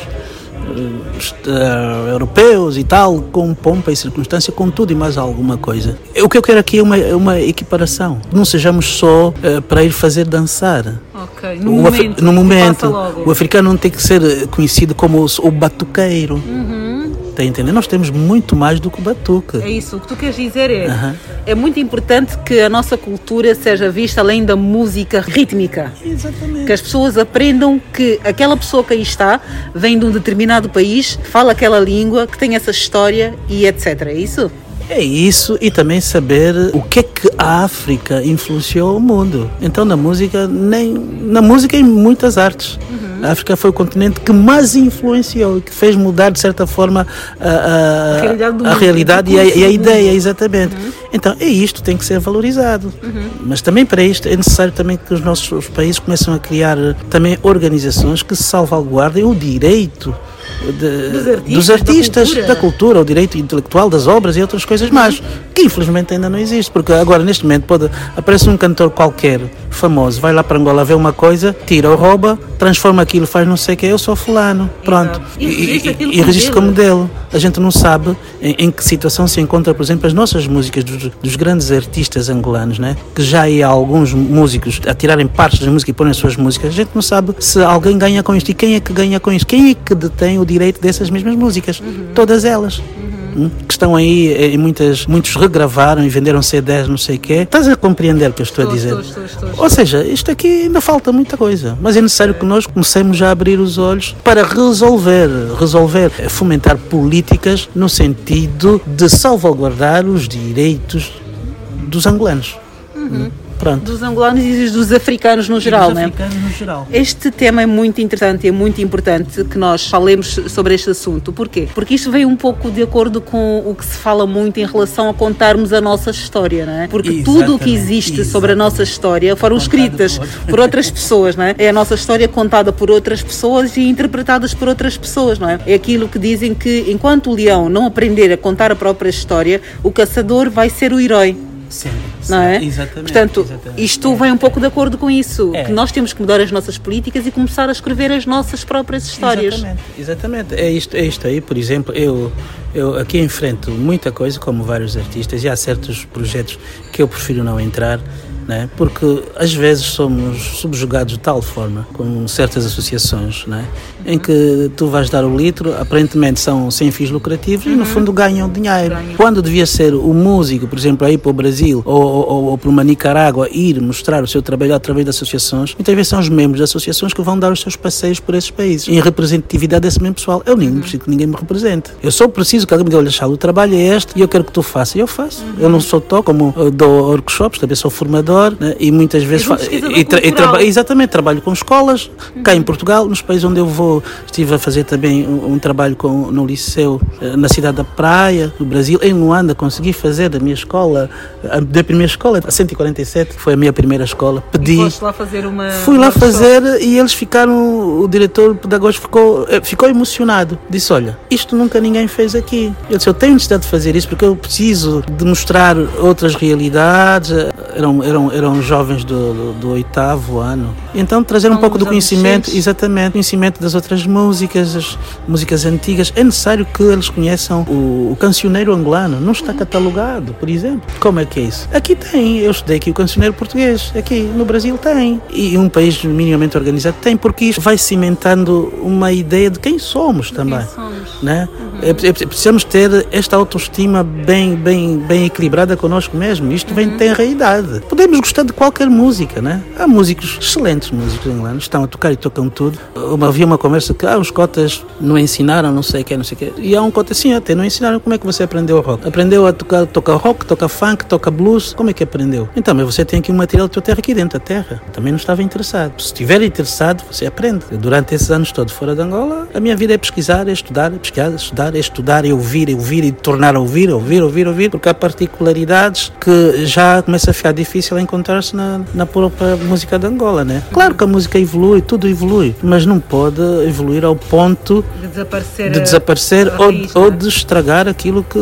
[SPEAKER 3] Uh, europeus e tal, com pompa e circunstância, com tudo e mais alguma coisa. O que eu quero aqui é uma, uma equiparação. Não sejamos só uh, para ir fazer dançar.
[SPEAKER 2] Ok, no
[SPEAKER 3] o
[SPEAKER 2] momento.
[SPEAKER 3] Af- no momento o africano não tem que ser conhecido como o, o batuqueiro.
[SPEAKER 2] Uhum.
[SPEAKER 3] Está a entender? Nós temos muito mais do que o batuque.
[SPEAKER 2] É isso, o que tu queres dizer é, uh-huh. é muito importante que a nossa cultura seja vista além da música rítmica.
[SPEAKER 3] Exatamente.
[SPEAKER 2] Que as pessoas aprendam que aquela pessoa que aí está vem de um determinado país, fala aquela língua, que tem essa história e etcétera. É isso?
[SPEAKER 3] É isso, e também saber o que é que a África influenciou o mundo. Então na música, nem, na música e em muitas artes. Uhum. A África foi o continente que mais influenciou, que fez mudar de certa forma a, a, a realidade, a realidade e, a, e a ideia, exatamente. Uhum. Então é isto, tem que ser valorizado. Uhum. Mas também para isto é necessário também que os nossos os países comecem a criar também organizações que salvaguardem o direito De, dos artistas, dos artistas da, cultura. da cultura, o direito intelectual das obras e outras coisas mais, que infelizmente ainda não existe, porque agora neste momento pode, aparece um cantor qualquer famoso, vai lá para Angola ver uma coisa, tira ou rouba, transforma aquilo, faz não sei o que, eu sou fulano, pronto, e, e, e, e registra como dele. A gente não sabe em, em que situação se encontra, por exemplo, as nossas músicas dos, dos grandes artistas angolanos, né? Que já há alguns músicos a tirarem partes das músicas e porem as suas músicas, a gente não sabe se alguém ganha com isto, e quem é que ganha com isto, quem é que detém o direito dessas mesmas músicas, uhum. todas elas. Uhum. Que estão aí e muitas, muitos regravaram e venderam C Ds, não sei o quê. Estás a compreender o que eu estou, estou a dizer? Estou, estou, estou, estou. Ou seja, isto aqui ainda falta muita coisa, mas é necessário que nós comecemos a abrir os olhos para resolver, resolver, fomentar políticas no sentido de salvaguardar os direitos dos angolanos. Uhum. Pronto.
[SPEAKER 2] Dos angolanos e dos africanos no geral,
[SPEAKER 3] dos
[SPEAKER 2] né?
[SPEAKER 3] africanos no geral.
[SPEAKER 2] Este tema é muito interessante e é muito importante que nós falemos sobre este assunto. Porquê? Porque isto veio um pouco de acordo com o que se fala muito em relação a contarmos a nossa história, né? Porque exatamente, tudo o que existe exatamente. sobre a nossa história foram escritas por outras pessoas, né? É a nossa história contada por outras pessoas e interpretadas por outras pessoas, não é? É aquilo que dizem que enquanto o leão não aprender a contar a própria história, o caçador vai ser o herói.
[SPEAKER 3] Sim,
[SPEAKER 2] não é?
[SPEAKER 3] Exatamente.
[SPEAKER 2] Portanto,
[SPEAKER 3] exatamente.
[SPEAKER 2] isto vem um pouco de acordo com isso,
[SPEAKER 3] é.
[SPEAKER 2] que nós temos que mudar as nossas políticas e começar a escrever as nossas próprias histórias.
[SPEAKER 3] Exatamente, exatamente. É isto, é isto aí, por exemplo, eu, eu aqui enfrento muita coisa, como vários artistas, e há certos projetos que eu prefiro não entrar, né? Porque às vezes somos subjugados de tal forma com certas associações, né? Em que tu vais dar o litro, aparentemente são sem fins lucrativos, uhum. e no fundo ganham dinheiro. Ganho. Quando devia ser o músico, por exemplo, a ir para o Brasil ou, ou, ou para uma Nicarágua, ir mostrar o seu trabalho através de associações, muitas vezes são os membros das associações que vão dar os seus passeios por esses países, em representatividade desse mesmo pessoal. Eu nem uhum. preciso que ninguém me represente. Eu só preciso que alguém me diga, olha, Charles, o trabalho é este e eu quero que tu faças. E eu faço. Uhum. Eu não sou tó, como eu dou workshops, também sou formador, né? E muitas vezes fa- e tra- e traba- exatamente, trabalho com escolas, uhum. cá em Portugal, nos países onde eu vou, estive a fazer também um, um trabalho com, no liceu, na cidade da Praia, no Brasil, em Luanda, consegui fazer da minha escola, a, da primeira escola, a cento e quarenta e sete, foi a minha primeira escola, pedi,
[SPEAKER 2] e foste lá fazer uma,
[SPEAKER 3] fui lá fazer e eles ficaram, o diretor pedagógico ficou, ficou emocionado, disse, olha, isto nunca ninguém fez aqui. Eu disse, eu tenho necessidade de fazer isso porque eu preciso de mostrar outras realidades, eram, eram, eram jovens do, do, do oitavo ano, então trazer um Não, pouco do conhecimento, exatamente, conhecimento das outras músicas, as músicas antigas. É necessário que eles conheçam o, o cancioneiro angolano, não está catalogado, por exemplo. Como é que é isso? Aqui tem, eu estudei aqui o cancioneiro português, aqui no Brasil tem, e um país minimamente organizado tem, porque isto vai cimentando uma ideia de quem somos também, quem somos. Né? Uhum. É, é, precisamos ter esta autoestima bem, bem, bem equilibrada connosco mesmo, isto vem uhum. de tenra-idade. Podemos gostar de qualquer música, né? Há músicos, excelentes músicos angolanos, estão a tocar e tocam tudo. Uma, havia uma conversa que ah, os cotas não ensinaram, não sei o que, não sei o que. E há um cota assim, até não ensinaram. Como é que você aprendeu rock? Aprendeu a tocar, tocar rock, tocar funk, tocar blues. Como é que aprendeu? Então, mas você tem aqui um material da tua terra aqui dentro da terra. Também não estava interessado. Se estiver interessado, você aprende. Durante esses anos todos fora de Angola, a minha vida é pesquisar, é estudar, é pesquisar, é estudar, é estudar, é ouvir, é ouvir e tornar a ouvir, ouvir, ouvir, ouvir, porque há particularidades que já começa a ficar difícil a encontrar-se na, na própria música de Angola, né? Claro que a música evolui, tudo evolui, mas não pode evoluir ao ponto
[SPEAKER 2] de desaparecer,
[SPEAKER 3] de desaparecer ou, raiz, ou de estragar aquilo que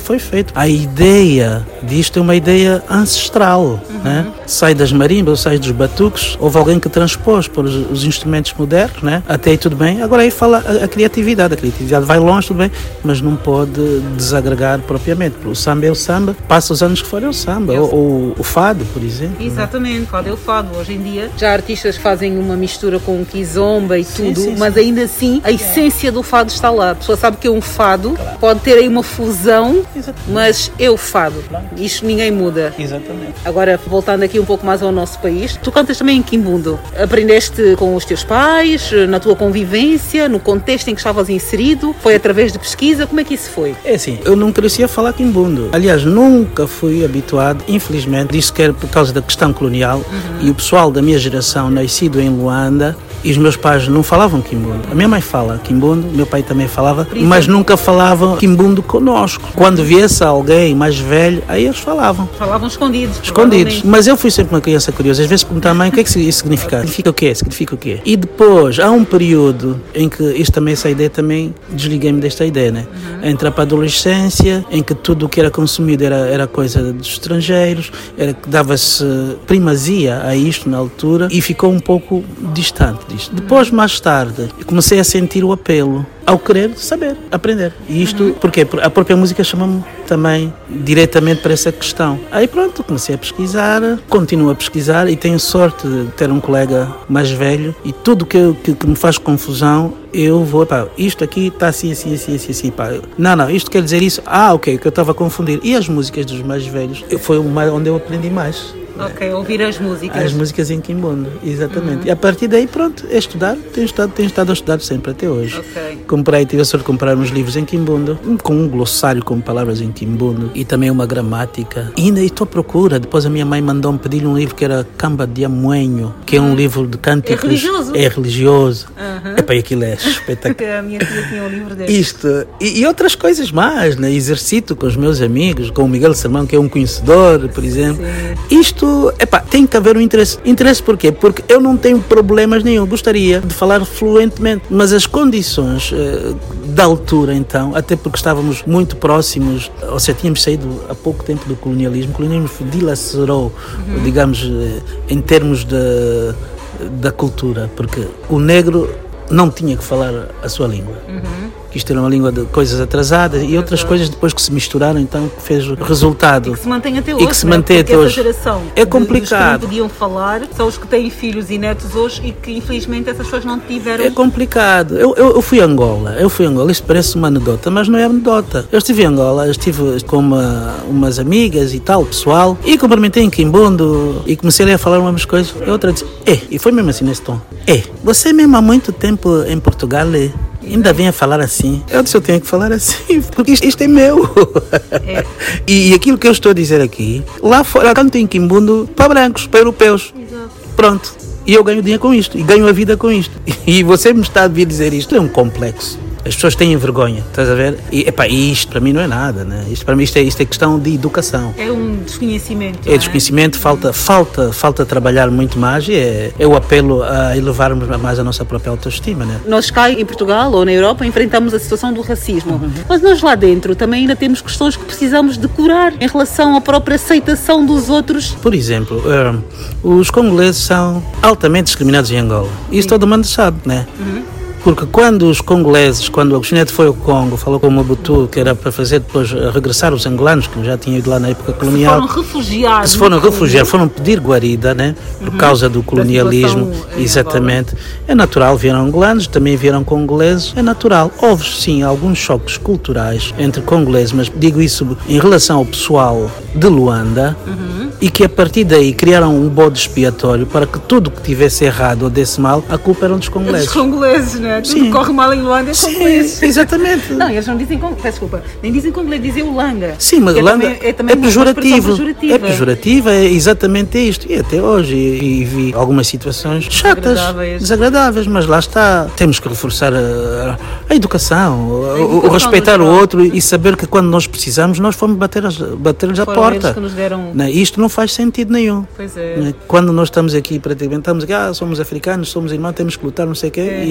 [SPEAKER 3] que foi feito. A ideia disto é uma ideia ancestral, uhum. né? Sai das marimbas, sai dos batuques, houve alguém que transpôs para os, os instrumentos modernos, né? Até aí tudo bem. Agora aí fala a, a criatividade, a criatividade vai longe, tudo bem, mas não pode desagregar propriamente. O samba é o samba, passa os anos que for é o samba, ou, ou o fado, por exemplo.
[SPEAKER 2] Exatamente, né? O fado é o fado. Hoje em dia já artistas fazem uma mistura com kizomba e
[SPEAKER 3] sim,
[SPEAKER 2] tudo,
[SPEAKER 3] sim,
[SPEAKER 2] mas
[SPEAKER 3] sim.
[SPEAKER 2] ainda assim a essência do fado está lá. A pessoa sabe que é um fado, claro. Pode ter aí uma fusão, exatamente. Mas é o fado. Claro. Isto ninguém muda.
[SPEAKER 3] Exatamente.
[SPEAKER 2] Agora, voltando aqui um pouco mais ao nosso país, tu cantas também em quimbundo. Aprendeste com os teus pais, na tua convivência, no contexto em que estavas inserido? Foi através de pesquisa? Como é que isso foi?
[SPEAKER 3] É assim, eu não cresci a falar quimbundo. Aliás, nunca fui habituado, infelizmente, disse que era por causa da questão colonial, uhum. E o pessoal da minha geração, nascido em Luanda, e os meus pais não falavam quimbundo. A minha mãe fala quimbundo, meu pai também falava, mas nunca falavam quimbundo conosco. Quando viesse alguém mais velho, aí eles falavam.
[SPEAKER 2] Falavam escondidos.
[SPEAKER 3] Escondidos. Mas eu fui sempre uma criança curiosa. Às vezes perguntava à mãe o que é que isso significa. Significa o quê? Significa o quê? E depois, há um período em que isto também, essa ideia também, desliguei-me desta ideia, né? Uhum. Entrar para a adolescência, em que tudo o que era consumido era, era coisa dos estrangeiros, era que dava-se primazia a isto na altura e ficou um pouco distante disto. Depois, mais tarde, comecei a sentir o apelo ao querer saber, aprender. E isto, uhum. Porquê? Porque a própria música chama-me também diretamente para essa questão. Aí pronto, comecei a pesquisar, continuo a pesquisar e tenho sorte de ter um colega mais velho e tudo que, eu, que, que me faz confusão, eu vou, pá, isto aqui está assim, assim, assim, assim, assim, pá. Não, não, isto quer dizer isso. Ah, ok, que eu estava a confundir. E as músicas dos mais velhos, foi onde eu aprendi mais.
[SPEAKER 2] Ok, ouvir as músicas.
[SPEAKER 3] As músicas em quimbundo, exatamente. Uhum. E a partir daí, pronto, é estudar. Tenho estado, tenho estado a estudar sempre até hoje.
[SPEAKER 2] Ok.
[SPEAKER 3] Comprei, tive a sorte de comprar uns livros em quimbundo, com um glossário com palavras em quimbundo e também uma gramática. E ainda estou à procura. Depois a minha mãe mandou-me pedir um livro que era Camba de Amoenho, que é um livro de cânticos.
[SPEAKER 2] É religioso?
[SPEAKER 3] É religioso.
[SPEAKER 2] Uhum.
[SPEAKER 3] Epá, aquilo é espetacular.
[SPEAKER 2] A minha tia tinha um livro desse.
[SPEAKER 3] Isto. E, e outras coisas mais, né? Exercito com os meus amigos, com o Miguel Sermão, que é um conhecedor, por exemplo. Sim. Isto, epá, tem que haver um interesse. Interesse porquê? Porque eu não tenho problemas nenhum. Gostaria de falar fluentemente, mas as condições uh, da altura, então, até porque estávamos muito próximos, ou seja, tínhamos saído há pouco tempo do colonialismo. O colonialismo dilacerou, uhum. digamos, uh, em termos de, da cultura, porque o negro não tinha que falar a sua língua. Uhum. Que isto era uma língua de coisas atrasadas e outras coisas depois que se misturaram, então que fez o resultado.
[SPEAKER 2] E que se mantém até hoje.
[SPEAKER 3] E que se mantém até hoje.
[SPEAKER 2] Essa geração
[SPEAKER 3] é complicado.
[SPEAKER 2] Que não podiam falar são os que têm filhos e netos hoje e que infelizmente essas pessoas não tiveram.
[SPEAKER 3] É complicado. Eu, eu, eu fui a Angola, eu fui a Angola, isto parece uma anedota, mas não é anedota. Eu estive em Angola, eu estive com uma, umas amigas e tal, pessoal, e cumprimentei em quimbundo e comecei a falar umas coisas. E outra disse, é, e foi mesmo assim nesse tom, é, você mesmo há muito tempo em Portugal, é? Ainda vem a falar assim. Eu disse, eu tenho que falar assim, porque isto, isto é meu. É. E, e aquilo que eu estou a dizer aqui, lá fora, canto em quimbundo para brancos, para europeus. Exato. Pronto. E eu ganho dinheiro com isto, e ganho a vida com isto. E você me está a vir dizer isto, é um complexo. As pessoas têm vergonha, estás a ver? E epá, isto para mim não é nada, né? Isto para mim isto é, isto é questão de educação.
[SPEAKER 2] É um desconhecimento.
[SPEAKER 3] É desconhecimento, é? falta, falta, falta trabalhar muito mais e é, é o apelo a elevarmos mais a nossa própria autoestima, né?
[SPEAKER 2] Nós cá em Portugal ou na Europa enfrentamos a situação do racismo, uhum. mas nós lá dentro também ainda temos questões que precisamos de curar em relação à própria aceitação dos outros.
[SPEAKER 3] Por exemplo, um, os congoleses são altamente discriminados em Angola. Isso Sim. todo mundo sabe, né? Uhum. Porque quando os congoleses, quando o Agostinho Neto foi ao Congo, falou com o Mobutu que era para fazer depois regressar os angolanos, que já tinham ido lá na época colonial.
[SPEAKER 2] Se foram refugiados.
[SPEAKER 3] Se foram refugiados, foram pedir guarida, né? Por uhum. causa do colonialismo. Exatamente. É natural, vieram angolanos, também vieram congoleses, é natural. Houve sim alguns choques culturais entre congoleses, mas digo isso em relação ao pessoal de Luanda. Uhum. E que a partir daí criaram um bode expiatório para que tudo que tivesse errado ou desse mal, a culpa eram dos congoleses.
[SPEAKER 2] Dos congoleses, né? Tudo
[SPEAKER 3] Sim.
[SPEAKER 2] corre mal em Luanda é congolês.
[SPEAKER 3] Sim, exatamente.
[SPEAKER 2] Não, eles não dizem congolês, peço desculpa, nem dizem congolês, dizem o langa.
[SPEAKER 3] Sim, mas
[SPEAKER 2] é
[SPEAKER 3] langa
[SPEAKER 2] também, é, também
[SPEAKER 3] é pejorativo.
[SPEAKER 2] pejorativa.
[SPEAKER 3] É pejorativa, é exatamente isto. E até hoje, e, e vi algumas situações chatas, desagradáveis. desagradáveis, mas lá está. Temos que reforçar a, a educação, a educação o, o respeitar o outro e saber que quando nós precisamos, nós fomos bater-lhes bater à porta.
[SPEAKER 2] Que nos deram...
[SPEAKER 3] Não, isto não faz sentido nenhum.
[SPEAKER 2] Pois é.
[SPEAKER 3] Quando nós estamos aqui, praticamente, estamos aqui, ah, somos africanos, somos irmãos, temos que lutar, não sei o quê, é. e a conversa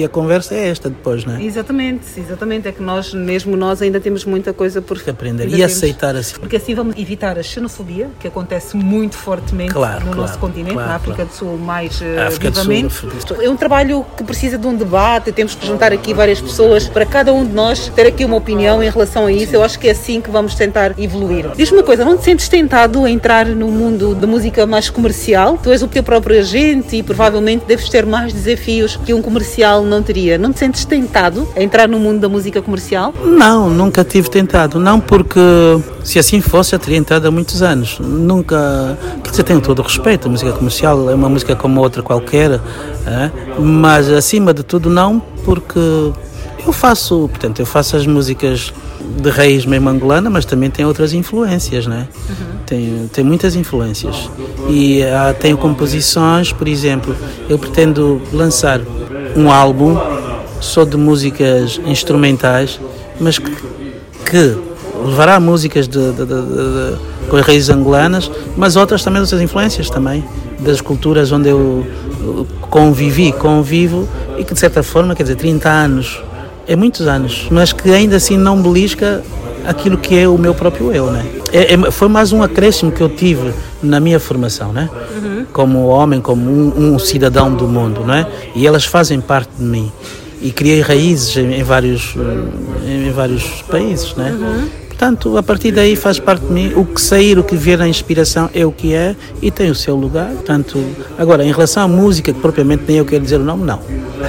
[SPEAKER 3] mudança é esta depois, não é?
[SPEAKER 2] Exatamente, exatamente. É que nós, mesmo nós, ainda temos muita coisa por
[SPEAKER 3] aprender e
[SPEAKER 2] temos.
[SPEAKER 3] aceitar assim.
[SPEAKER 2] Porque assim vamos evitar a xenofobia, que acontece muito fortemente
[SPEAKER 3] claro,
[SPEAKER 2] no
[SPEAKER 3] claro,
[SPEAKER 2] nosso continente,
[SPEAKER 3] claro,
[SPEAKER 2] na África
[SPEAKER 3] claro.
[SPEAKER 2] do Sul mais uh,
[SPEAKER 3] África
[SPEAKER 2] vivamente.
[SPEAKER 3] do Sul,
[SPEAKER 2] é um trabalho que precisa de um debate, temos que juntar aqui várias pessoas para cada um de nós ter aqui uma opinião em relação a isso. Eu acho que é assim que vamos tentar evoluir. Diz-me uma coisa, não te sentes tentado a entrar no mundo da música mais comercial? Tu és o teu próprio agente e provavelmente deves ter mais desafios que um comercial não teria. Não te sentes tentado a entrar no mundo da música comercial?
[SPEAKER 3] Não, nunca tive tentado. Não porque, se assim fosse, já teria entrado há muitos anos. Nunca... Quer dizer, tenho todo o respeito. A música comercial é uma música como outra qualquer, é? Mas, acima de tudo, não, porque eu faço, portanto, eu faço as músicas de raiz mesmo angolana, mas também tem outras influências, né? Uhum. Tem, tem muitas influências. E ah, tenho composições, por exemplo, eu pretendo lançar um álbum só de músicas instrumentais, mas que, que levará músicas de, de, de, de, de, com as raízes angolanas, mas outras também, outras influências também, das culturas onde eu convivi, convivo, e que de certa forma, quer dizer, trinta anos, é muitos anos, mas que ainda assim não belisca aquilo que é o meu próprio eu, né? É, é, foi mais um acréscimo que eu tive na minha formação, né? Uhum. Como homem, como um, um cidadão do mundo, né? E elas fazem parte de mim. E criei raízes em, em, vários, em, em vários países, né? Uhum. Portanto, a partir daí faz parte de mim. O que sair, o que vier na inspiração é o que é e tem o seu lugar. Portanto, agora, em relação à música, que propriamente nem eu quero dizer o nome, não.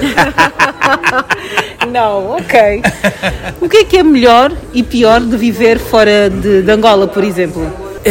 [SPEAKER 2] Não, ok. O que é que é melhor e pior de viver fora de, de Angola, por exemplo?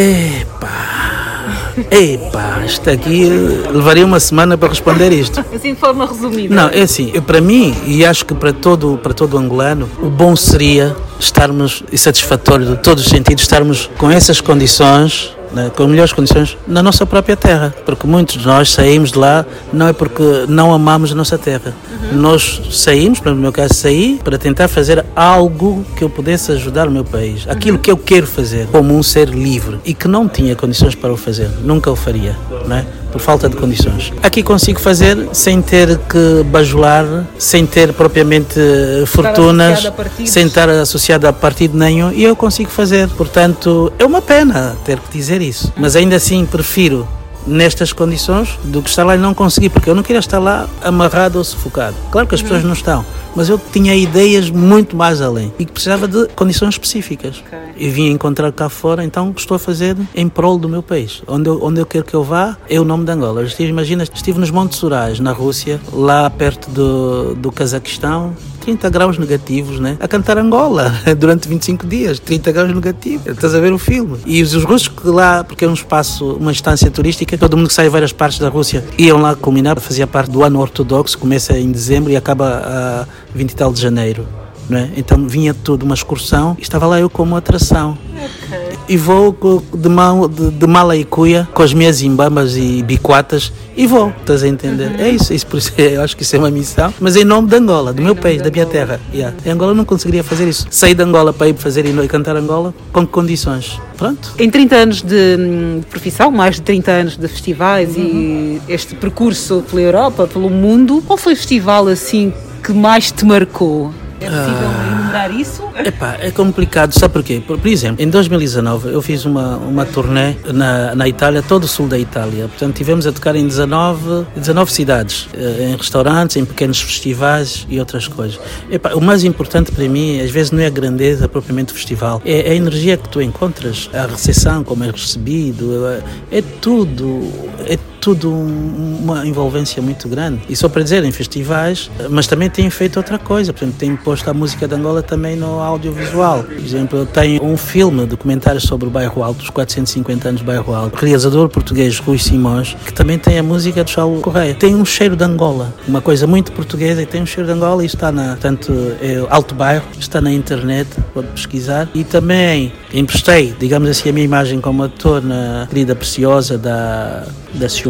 [SPEAKER 3] Epá, epá, isto aqui levaria uma semana para responder isto.
[SPEAKER 2] Assim de forma resumida.
[SPEAKER 3] Não, é assim, eu, para mim, e acho que para todo, para todo angolano, o bom seria estarmos, e satisfatório de todos os sentidos, estarmos com essas condições, né, com melhores condições na nossa própria terra, porque muitos de nós saímos de lá não é porque não amamos a nossa terra. Uhum. Nós saímos, no meu caso saí, para tentar fazer algo que eu pudesse ajudar o meu país, aquilo uhum. que eu quero fazer, como um ser livre, e que não tinha condições para o fazer, nunca o faria, não é? Por falta de condições. Aqui consigo fazer sem ter que bajular, sem ter propriamente fortunas, sem estar associado a partido nenhum, e eu consigo fazer. Portanto, é uma pena ter que dizer isso, mas ainda assim prefiro nestas condições do que estar lá e não conseguir, porque eu não queria estar lá amarrado ou sufocado. Claro que as uhum. pessoas não estão, mas eu tinha ideias muito mais além e que precisava de condições específicas. Okay. E vim encontrar cá fora, então estou a fazer em prol do meu país. Onde eu, onde eu quero que eu vá é o nome de Angola. Eu estive, imagina, estive nos Montes Urais, na Rússia, lá perto do, do Cazaquistão, trinta graus negativos, né? A cantar Angola durante vinte e cinco dias, trinta graus negativos. Estás a ver o filme. E os, os russos que lá, porque é um espaço, uma instância turística, todo mundo que sai de várias partes da Rússia iam lá culminar, fazia parte do ano ortodoxo, começa em dezembro e acaba a vinte e tal de janeiro. Não é? Então vinha tudo uma excursão e estava lá eu como atração. Okay. E vou de, mal, de, de mala e cuia com as minhas imbambas e biquatas e vou, estás a entender? Uhum. É isso, isso por isso, eu acho que isso é uma missão, mas em nome de Angola, do em meu país, da minha terra. Yeah. Em Angola eu não conseguiria fazer isso. Sair de Angola para ir fazer e cantar Angola com condições. Pronto.
[SPEAKER 2] Em trinta anos de profissão, mais de trinta anos de festivais uhum. e este percurso pela Europa, pelo mundo, qual foi o festival assim que mais te marcou? É possível ah, enumerar isso?
[SPEAKER 3] Epá, é complicado, sabe porquê? Por, por exemplo, em dois mil e dezanove eu fiz uma, uma turnê na, na Itália, todo o sul da Itália. Portanto, tivemos a tocar em dezanove, dezanove cidades, em restaurantes, em pequenos festivais e outras coisas. Epá, o mais importante para mim, às vezes, não é a grandeza propriamente do festival, é a energia que tu encontras, a recepção, como é recebido, é, é tudo, é tudo uma envolvência muito grande. E só para dizer, em festivais, mas também tenho feito outra coisa. Por exemplo, tenho posto a música de Angola também no audiovisual. Por exemplo, eu tenho um filme, documentário sobre o Bairro Alto, os quatrocentos e cinquenta anos do Bairro Alto. O realizador português Rui Simões, que também tem a música do Charles Correia. Tem um cheiro de Angola, uma coisa muito portuguesa e tem um cheiro de Angola e está na, portanto, é Alto Bairro, está na internet, pode pesquisar. E também emprestei, digamos assim, a minha imagem como ator na querida Preciosa da, da Ciúme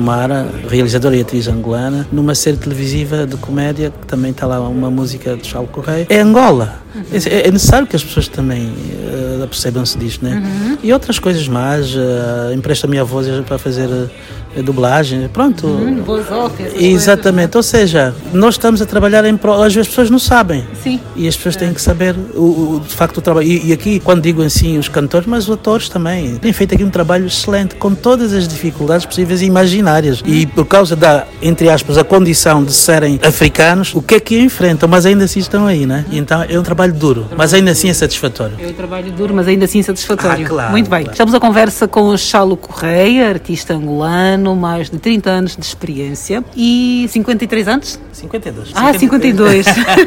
[SPEAKER 3] Silmara, realizadora e atriz angolana, numa série televisiva de comédia, que também está lá uma música de Charles Correia. É Angola. Uhum. É, é necessário que as pessoas também uh, percebam-se disto, né? Uhum. E outras coisas mais. Uh, empresta a minha voz para fazer uh, dublagem, pronto.
[SPEAKER 2] Uhum, voz off.
[SPEAKER 3] Exatamente. Ou seja, nós estamos a trabalhar em prol. Às vezes as pessoas não sabem.
[SPEAKER 2] Sim.
[SPEAKER 3] E as pessoas têm que saber o, o, de facto o trabalho. E, e aqui, quando digo assim, os cantores, mas os atores também, têm feito aqui um trabalho excelente, com todas as dificuldades possíveis e imaginárias. Uhum. E por causa da, entre aspas, a condição de serem africanos, o que é que enfrentam? Mas ainda assim estão aí, né? E então é um trabalho duro, mas ainda assim é satisfatório.
[SPEAKER 2] É um trabalho duro, mas ainda assim satisfatório.
[SPEAKER 3] Ah, claro,
[SPEAKER 2] muito bem.
[SPEAKER 3] Claro.
[SPEAKER 2] Estamos a conversa com o Charles Correia, artista angolano, mais de trinta anos de experiência e cinquenta e três anos?
[SPEAKER 3] cinquenta e dois.
[SPEAKER 2] Ah, cinquenta e dois.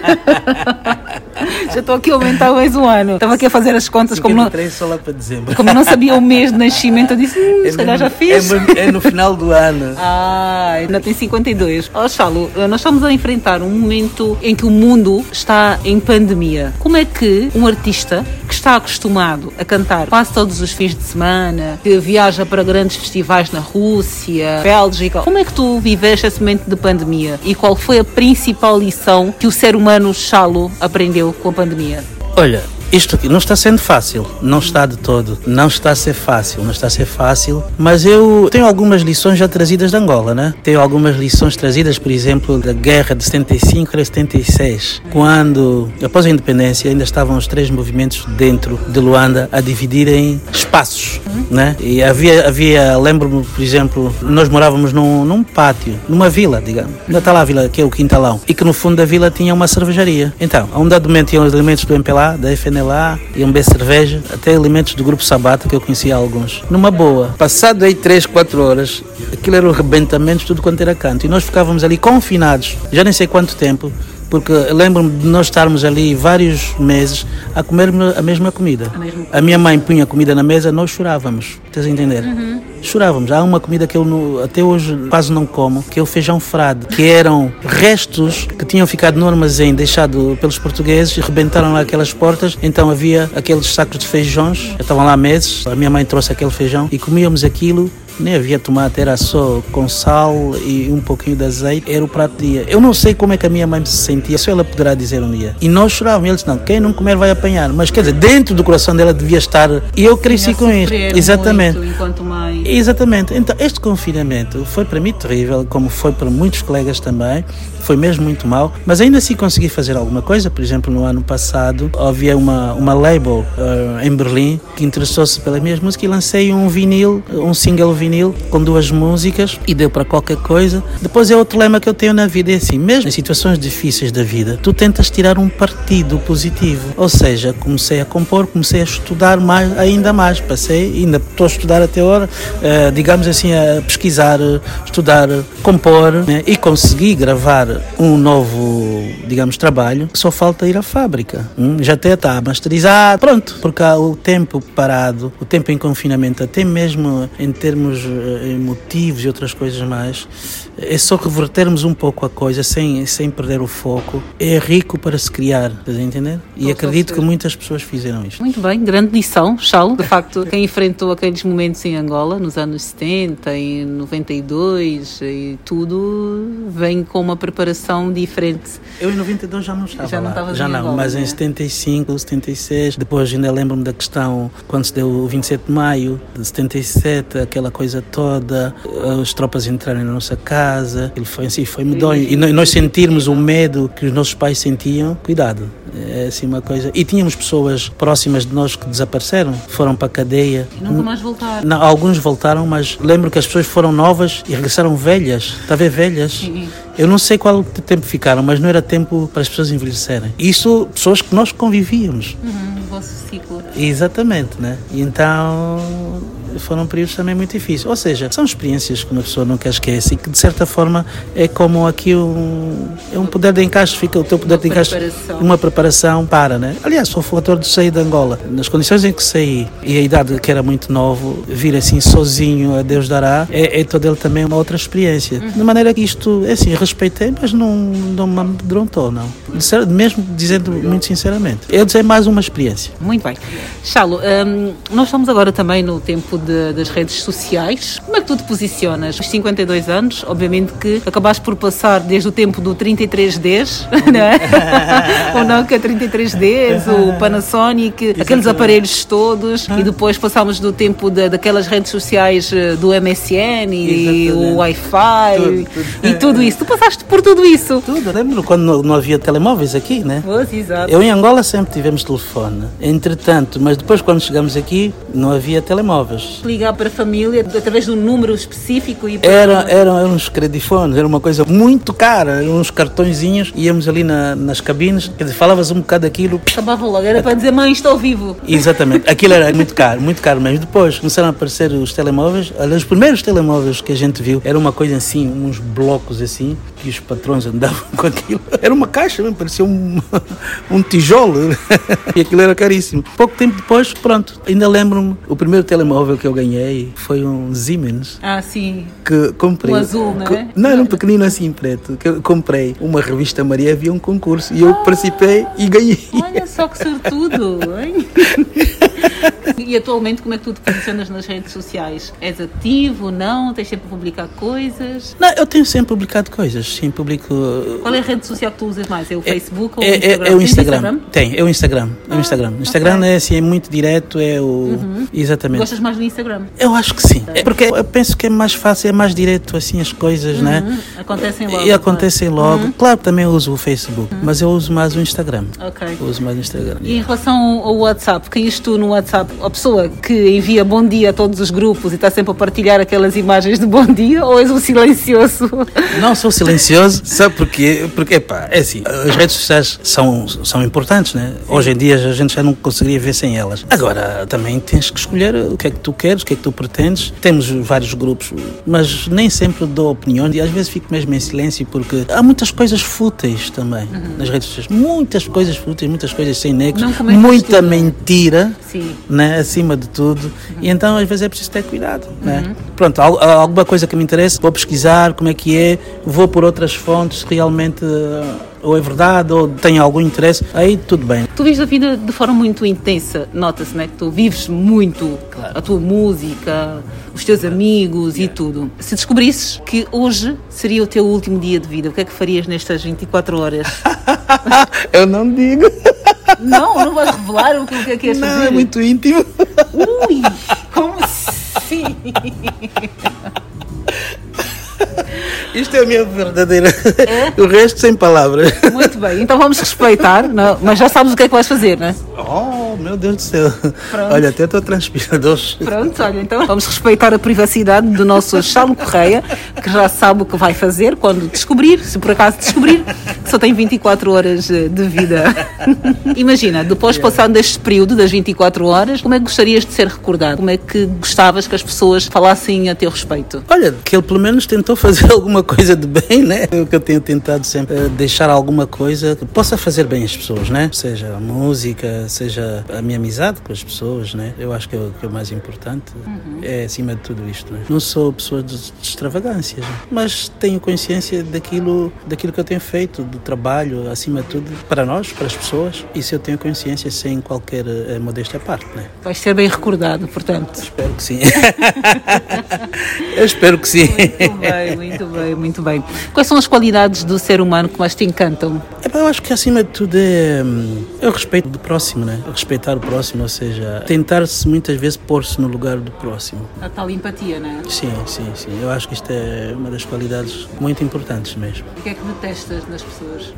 [SPEAKER 2] Já estou aqui a aumentar mais um ano. Estava aqui a fazer as contas.
[SPEAKER 3] cinquenta e três
[SPEAKER 2] como não,
[SPEAKER 3] só lá para dezembro.
[SPEAKER 2] Como eu não sabia o mês de nascimento, eu disse, hum,
[SPEAKER 3] é
[SPEAKER 2] se calhar
[SPEAKER 3] mesmo,
[SPEAKER 2] já fiz.
[SPEAKER 3] É, é no final do ano.
[SPEAKER 2] Ah, ainda tem cinquenta e dois. Ó, oh, Charles, nós estamos a enfrentar um momento em que o mundo está em pandemia. Como é que um artista que está acostumado a cantar quase todos os fins de semana, que viaja para grandes festivais na Rússia, Bélgica, como é que tu viveste esse momento de pandemia? E qual foi a principal lição que o ser humano Charles aprendeu com a pandemia?
[SPEAKER 3] Olha, isto aqui não está sendo fácil, não está de todo, não está a ser fácil, não está a ser fácil, mas eu tenho algumas lições já trazidas de Angola, né? Tenho algumas lições trazidas, por exemplo, da guerra de setenta e cinco a setenta e seis, quando, após a independência, ainda estavam os três movimentos dentro de Luanda a dividirem espaços, né? E havia, havia lembro-me, por exemplo, nós morávamos num, num pátio, numa vila, digamos, ainda está lá a vila, que é o Quintalão, e que no fundo da vila tinha uma cervejaria. Então, a um dado momento tinham os elementos do M P L A, da F N lá, iam beber cerveja, até elementos do grupo Sabata, que eu conhecia alguns. Numa boa, passado aí três, quatro horas, aquilo era um rebentamento, tudo quanto era canto. E nós ficávamos ali confinados, já nem sei quanto tempo, porque lembro-me de nós estarmos ali vários meses a comer a mesma comida. A, mesma a minha mãe punha comida na mesa, nós chorávamos. Estás a entender? Uhum. Chorávamos. Há uma comida que eu no, até hoje quase não como, que é o feijão frade, que eram restos que tinham ficado no armazém deixado pelos portugueses e rebentaram lá aquelas portas. Então havia aqueles sacos de feijões, estavam lá meses, a minha mãe trouxe aquele feijão e comíamos aquilo. Nem havia tomate, era só com sal e um pouquinho de azeite, era o prato do dia. Eu não sei como é que a minha mãe se sentia, só ela poderá dizer um dia. E nós chorávamos, eles não, quem não comer vai apanhar. Mas quer dizer, dentro do coração dela devia estar, e eu cresci com isso. Exatamente.
[SPEAKER 2] Muito, enquanto mãe.
[SPEAKER 3] Exatamente. Então, este confinamento foi para mim terrível, como foi para muitos colegas também. Foi mesmo muito mal, mas ainda assim consegui fazer alguma coisa. Por exemplo, no ano passado havia uma, uma label uh, em Berlim que interessou-se pelas minhas músicas e lancei um vinil, um single vinil com duas músicas e deu para qualquer coisa. Depois é outro lema que eu tenho na vida, é assim, mesmo em situações difíceis da vida, tu tentas tirar um partido positivo. Ou seja, comecei a compor, comecei a estudar mais, ainda mais, passei, ainda estou a estudar até agora, uh, digamos assim, a pesquisar, estudar, compor, né? E consegui gravar um novo, digamos, trabalho, só falta ir à fábrica. Hum? Já até está masterizado, pronto, porque há o tempo parado, o tempo em confinamento, até mesmo em termos uh, emotivos e outras coisas mais, é só revertermos um pouco a coisa sem, sem perder o foco. É rico para se criar, estás a entender? E acredito que muitas pessoas fizeram isto.
[SPEAKER 2] Muito bem, grande lição, Charles. De facto, quem enfrentou aqueles momentos em Angola, nos anos setenta, em noventa e dois e tudo, vem com uma preparação diferente.
[SPEAKER 3] Eu em noventa e dois já não estava
[SPEAKER 2] já não
[SPEAKER 3] lá,
[SPEAKER 2] já
[SPEAKER 3] em
[SPEAKER 2] não,
[SPEAKER 3] Angola, mas
[SPEAKER 2] né?
[SPEAKER 3] Em setenta e cinco, setenta e seis, depois ainda lembro-me da questão quando se deu o vinte e sete de maio de setenta e sete, aquela coisa toda, as tropas entrarem na nossa casa, ele foi assim, foi medonho, e nós sentirmos o medo que os nossos pais sentiam, cuidado, é assim uma coisa. E tínhamos pessoas próximas de nós que desapareceram, foram para a cadeia.
[SPEAKER 2] E nunca mais voltaram.
[SPEAKER 3] Não, alguns voltaram, mas lembro que as pessoas foram novas e regressaram velhas, está a ver, velhas.
[SPEAKER 2] Sim.
[SPEAKER 3] Eu não sei qual tempo ficaram, mas não era tempo para as pessoas envelhecerem. Isso, pessoas que nós convivíamos.
[SPEAKER 2] Uhum, o vosso ciclo.
[SPEAKER 3] Exatamente, né? E então foram períodos também muito difíceis. Ou seja, são experiências que uma pessoa nunca esquece e que, de certa forma, é como aqui um, é um poder de encaixe, fica o teu poder uma de encaixe,
[SPEAKER 2] preparação. Uma
[SPEAKER 3] preparação para, né? Aliás, foi o fator de sair de Angola. Nas condições em que saí e a idade que era muito novo, vir assim sozinho, a Deus dará, é, é todo ele também uma outra experiência. Uhum. De maneira que isto, é assim, respeitei, mas não, não me amedrontou, não. Mesmo dizendo muito sinceramente. Eu dizer mais uma experiência.
[SPEAKER 2] Muito bem. Charles, um, nós estamos agora também no tempo de, das redes sociais. Como é que tu te posicionas? Os cinquenta e dois anos, obviamente que acabaste por passar desde o tempo do trinta e três Ds, não é? O Nokia trinta e três Ds, o Panasonic, exatamente, aqueles aparelhos todos, ah. e depois passámos do tempo de, daquelas redes sociais do M S N e exatamente, o Wi-Fi tudo, tudo. E tudo isso. Tu passaste por tudo isso?
[SPEAKER 3] Tudo, lembro quando não, não havia telemóveis aqui, né?
[SPEAKER 2] Pois, exato.
[SPEAKER 3] Eu em Angola sempre tivemos telefone, entretanto, mas depois quando chegamos aqui não havia telemóveis.
[SPEAKER 2] Ligar para a família através de um número específico e para...
[SPEAKER 3] Era, eram, eram uns credifones, era uma coisa muito cara, eram uns cartõezinhos, íamos ali na, nas cabines, quer dizer, falavas um bocado daquilo.
[SPEAKER 2] Acabava logo, era para dizer, mãe, estou vivo.
[SPEAKER 3] Exatamente, aquilo era muito caro, muito caro mesmo. Depois começaram a aparecer os telemóveis, olha, os primeiros telemóveis que a gente viu, era uma coisa assim, uns blocos assim, que os patrões andavam com aquilo. Era uma caixa mesmo, parecia um, um tijolo, e aquilo era caríssimo. Pouco tempo depois, pronto, ainda lembro-me, o primeiro telemóvel que eu ganhei foi um Siemens.
[SPEAKER 2] Ah, sim.
[SPEAKER 3] Que comprei.
[SPEAKER 2] O azul, não é?
[SPEAKER 3] Não, era um pequenino assim, preto, que eu comprei uma revista Maria, havia um concurso, e eu participei e ganhei.
[SPEAKER 2] Olha só que sortudo, hein? E atualmente como é que tu te posicionas nas redes sociais? És ativo, não? Tens sempre a publicar coisas?
[SPEAKER 3] Não, eu tenho sempre publicado coisas, sim, publico...
[SPEAKER 2] Qual é a rede social que tu usas mais? É o Facebook
[SPEAKER 3] é,
[SPEAKER 2] ou o Instagram?
[SPEAKER 3] É, é o Instagram.
[SPEAKER 2] Instagram?
[SPEAKER 3] Tem, é o Instagram. Ah, é o Instagram. O Instagram okay. é assim, é muito direto, é o... Uhum. Exatamente.
[SPEAKER 2] Gostas mais do Instagram?
[SPEAKER 3] Eu acho que sim. É porque eu penso que é mais fácil, é mais direto assim as coisas, uhum. né?
[SPEAKER 2] Acontecem logo.
[SPEAKER 3] E acontecem
[SPEAKER 2] claro.
[SPEAKER 3] logo.
[SPEAKER 2] Uhum.
[SPEAKER 3] Claro, também uso o Facebook, uhum. mas eu uso mais o Instagram.
[SPEAKER 2] Ok.
[SPEAKER 3] Eu uso mais o Instagram.
[SPEAKER 2] E em relação ao WhatsApp, quem és tu no WhatsApp? A pessoa que envia bom dia a todos os grupos e está sempre a partilhar aquelas imagens de bom dia, ou és um silencioso?
[SPEAKER 3] Não sou silencioso, sabe porquê? Porque, pá, é assim, as redes sociais são, são importantes, né? Sim. Hoje em dia a gente já não conseguiria ver sem elas. Agora, também tens que escolher o que é que tu queres, o que é que tu pretendes. Temos vários grupos, mas nem sempre dou opinião e às vezes fico mesmo em silêncio porque há muitas coisas fúteis também uhum. nas redes sociais. Muitas coisas fúteis, muitas coisas sem nexo, muita tudo. mentira,
[SPEAKER 2] Sim.
[SPEAKER 3] né? Acima de tudo. Uhum. E então às vezes é preciso ter cuidado, né? Uhum. Pronto, alguma coisa que me interessa, vou pesquisar como é que é, vou por outras fontes, realmente ou é verdade ou tem algum interesse, aí tudo bem.
[SPEAKER 2] Tu vives a vida de forma muito intensa, nota-se, né? Que tu vives muito claro. a tua música, os teus amigos yeah. e tudo. Se descobrisses que hoje seria o teu último dia de vida, o que é que farias nestas vinte e quatro horas?
[SPEAKER 3] Eu não digo.
[SPEAKER 2] Não, não vais revelar o que é que és fazer?
[SPEAKER 3] Não, é muito íntimo.
[SPEAKER 2] Ui, como assim?
[SPEAKER 3] Isto é a minha verdadeira... É? O resto sem palavras.
[SPEAKER 2] Muito bem, então vamos respeitar, não? Mas já sabes o que é que vais fazer, não é?
[SPEAKER 3] Oh, meu Deus do céu.
[SPEAKER 2] Pronto.
[SPEAKER 3] Olha, até estou transpirador.
[SPEAKER 2] Pronto, olha, então vamos respeitar a privacidade do nosso Charles Correia, que já sabe o que vai fazer quando descobrir, se por acaso descobrir, que só tem vinte e quatro horas de vida. Imagina, depois passando deste período das vinte e quatro horas, como é que gostarias de ser recordado? Como é que gostavas que as pessoas falassem a teu respeito?
[SPEAKER 3] Olha, que ele pelo menos tentou fazer alguma coisa de bem, né? É o que eu tenho tentado sempre, deixar alguma coisa que possa fazer bem as pessoas, né? Seja a música, seja a minha amizade com as pessoas, né? Eu acho que é o, que é o mais importante, uhum. é acima de tudo isto, né? Não sou pessoa de, de extravagâncias, né? Mas tenho consciência daquilo, daquilo que eu tenho feito, do trabalho, acima de tudo, para nós, para as pessoas. Isso eu tenho consciência sem qualquer uh, modéstia à parte, né?
[SPEAKER 2] Vais ser bem recordado, portanto.
[SPEAKER 3] Espero que sim. Eu espero que sim.
[SPEAKER 2] Muito bem, muito bem, muito bem. Quais são as qualidades do ser humano que mais te encantam?
[SPEAKER 3] Eu acho que acima de tudo é, é o respeito do próximo, né? Respeitar o próximo, ou seja, tentar-se muitas vezes pôr-se no lugar do próximo.
[SPEAKER 2] A tal empatia, não é?
[SPEAKER 3] Sim, sim, sim. Eu acho que isto é uma das qualidades muito importantes mesmo.
[SPEAKER 2] O que é que detestas nas pessoas?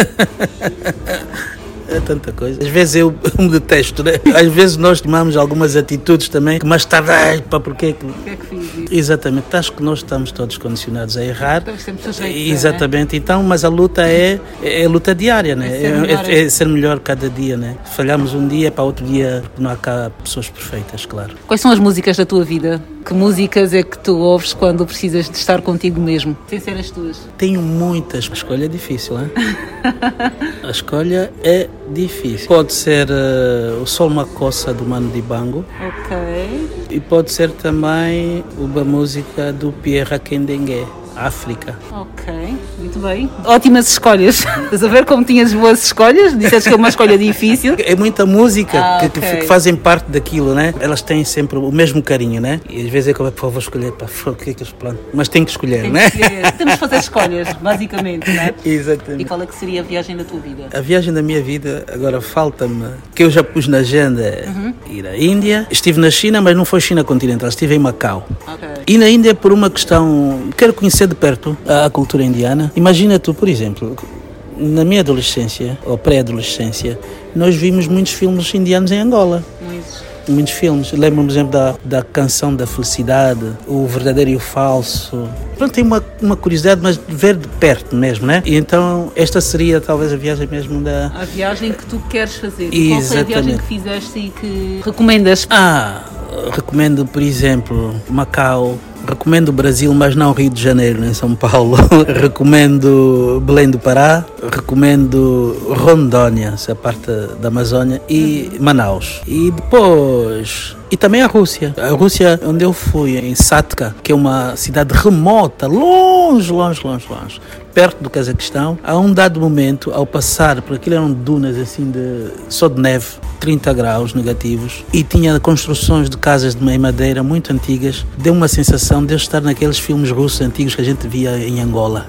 [SPEAKER 3] É tanta coisa. Às vezes eu me detesto, né? Às vezes nós tomamos algumas atitudes também que mais tarde, ai, pá, porquê que...
[SPEAKER 2] Porquê é que fiz isso?
[SPEAKER 3] Exatamente. Acho que nós estamos todos condicionados a errar.
[SPEAKER 2] Estamos sempre sujeitos,
[SPEAKER 3] exatamente.
[SPEAKER 2] Né?
[SPEAKER 3] Então, mas a luta é, é a luta diária, né?
[SPEAKER 2] É ser, melhor,
[SPEAKER 3] é, é, é ser melhor cada dia, né? Falhamos um dia para outro dia, não há cá pessoas perfeitas, claro.
[SPEAKER 2] Quais são as músicas da tua vida? Que músicas é que tu ouves quando precisas de estar contigo mesmo? Sem ser as tuas?
[SPEAKER 3] Tenho muitas. A escolha é difícil, hein? A escolha é difícil. Pode ser uh, o Sol Macossa do Mano Dibango.
[SPEAKER 2] Ok.
[SPEAKER 3] E pode ser também uma música do Pierre Akendengue, África.
[SPEAKER 2] Ok, muito Muito bem. Ótimas escolhas. Estás a ver como tinhas boas escolhas? Disseste que é uma escolha difícil.
[SPEAKER 3] É muita música
[SPEAKER 2] ah,
[SPEAKER 3] que,
[SPEAKER 2] okay.
[SPEAKER 3] que fazem parte daquilo, né? Elas têm sempre o mesmo carinho, né? E às vezes é como, pô, vou escolher, pá, o que é que eu planto? Mas tem que escolher, tem né? Que escolher.
[SPEAKER 2] Temos que fazer escolhas, basicamente, né?
[SPEAKER 3] Exatamente.
[SPEAKER 2] E qual é que seria a viagem da tua vida?
[SPEAKER 3] A viagem da minha vida, agora falta-me, que eu já pus na agenda, uhum. ir à Índia. Estive na China, mas não foi China continental, estive em Macau. Okay. E na Índia por uma questão, quero conhecer de perto a, a cultura indiana. Imagina tu, por exemplo, na minha adolescência, ou pré-adolescência, nós vimos muitos filmes indianos em Angola. Muitos. Muitos filmes. Lembro-me, por exemplo, da, da Canção da Felicidade, O Verdadeiro e o Falso. Pronto, tenho uma, uma curiosidade, mas de ver de perto mesmo, né? E então esta seria talvez a viagem mesmo da...
[SPEAKER 2] A viagem que tu queres fazer.
[SPEAKER 3] Exatamente.
[SPEAKER 2] Qual foi a viagem que fizeste e que recomendas?
[SPEAKER 3] Ah, recomendo, por exemplo, Macau. Recomendo o Brasil, mas não Rio de Janeiro, em São Paulo. Recomendo Belém do Pará. Recomendo Rondônia, essa parte da Amazônia, e Manaus. E depois... E também a Rússia. A Rússia, onde eu fui, em Satka, que é uma cidade remota, longe, longe, longe, longe, perto do Cazaquistão. A um dado momento, ao passar por aquilo, eram dunas assim de, só de neve, trinta graus negativos, e tinha construções de casas de madeira muito antigas. Deu uma sensação de eu estar naqueles filmes russos antigos que a gente via em Angola.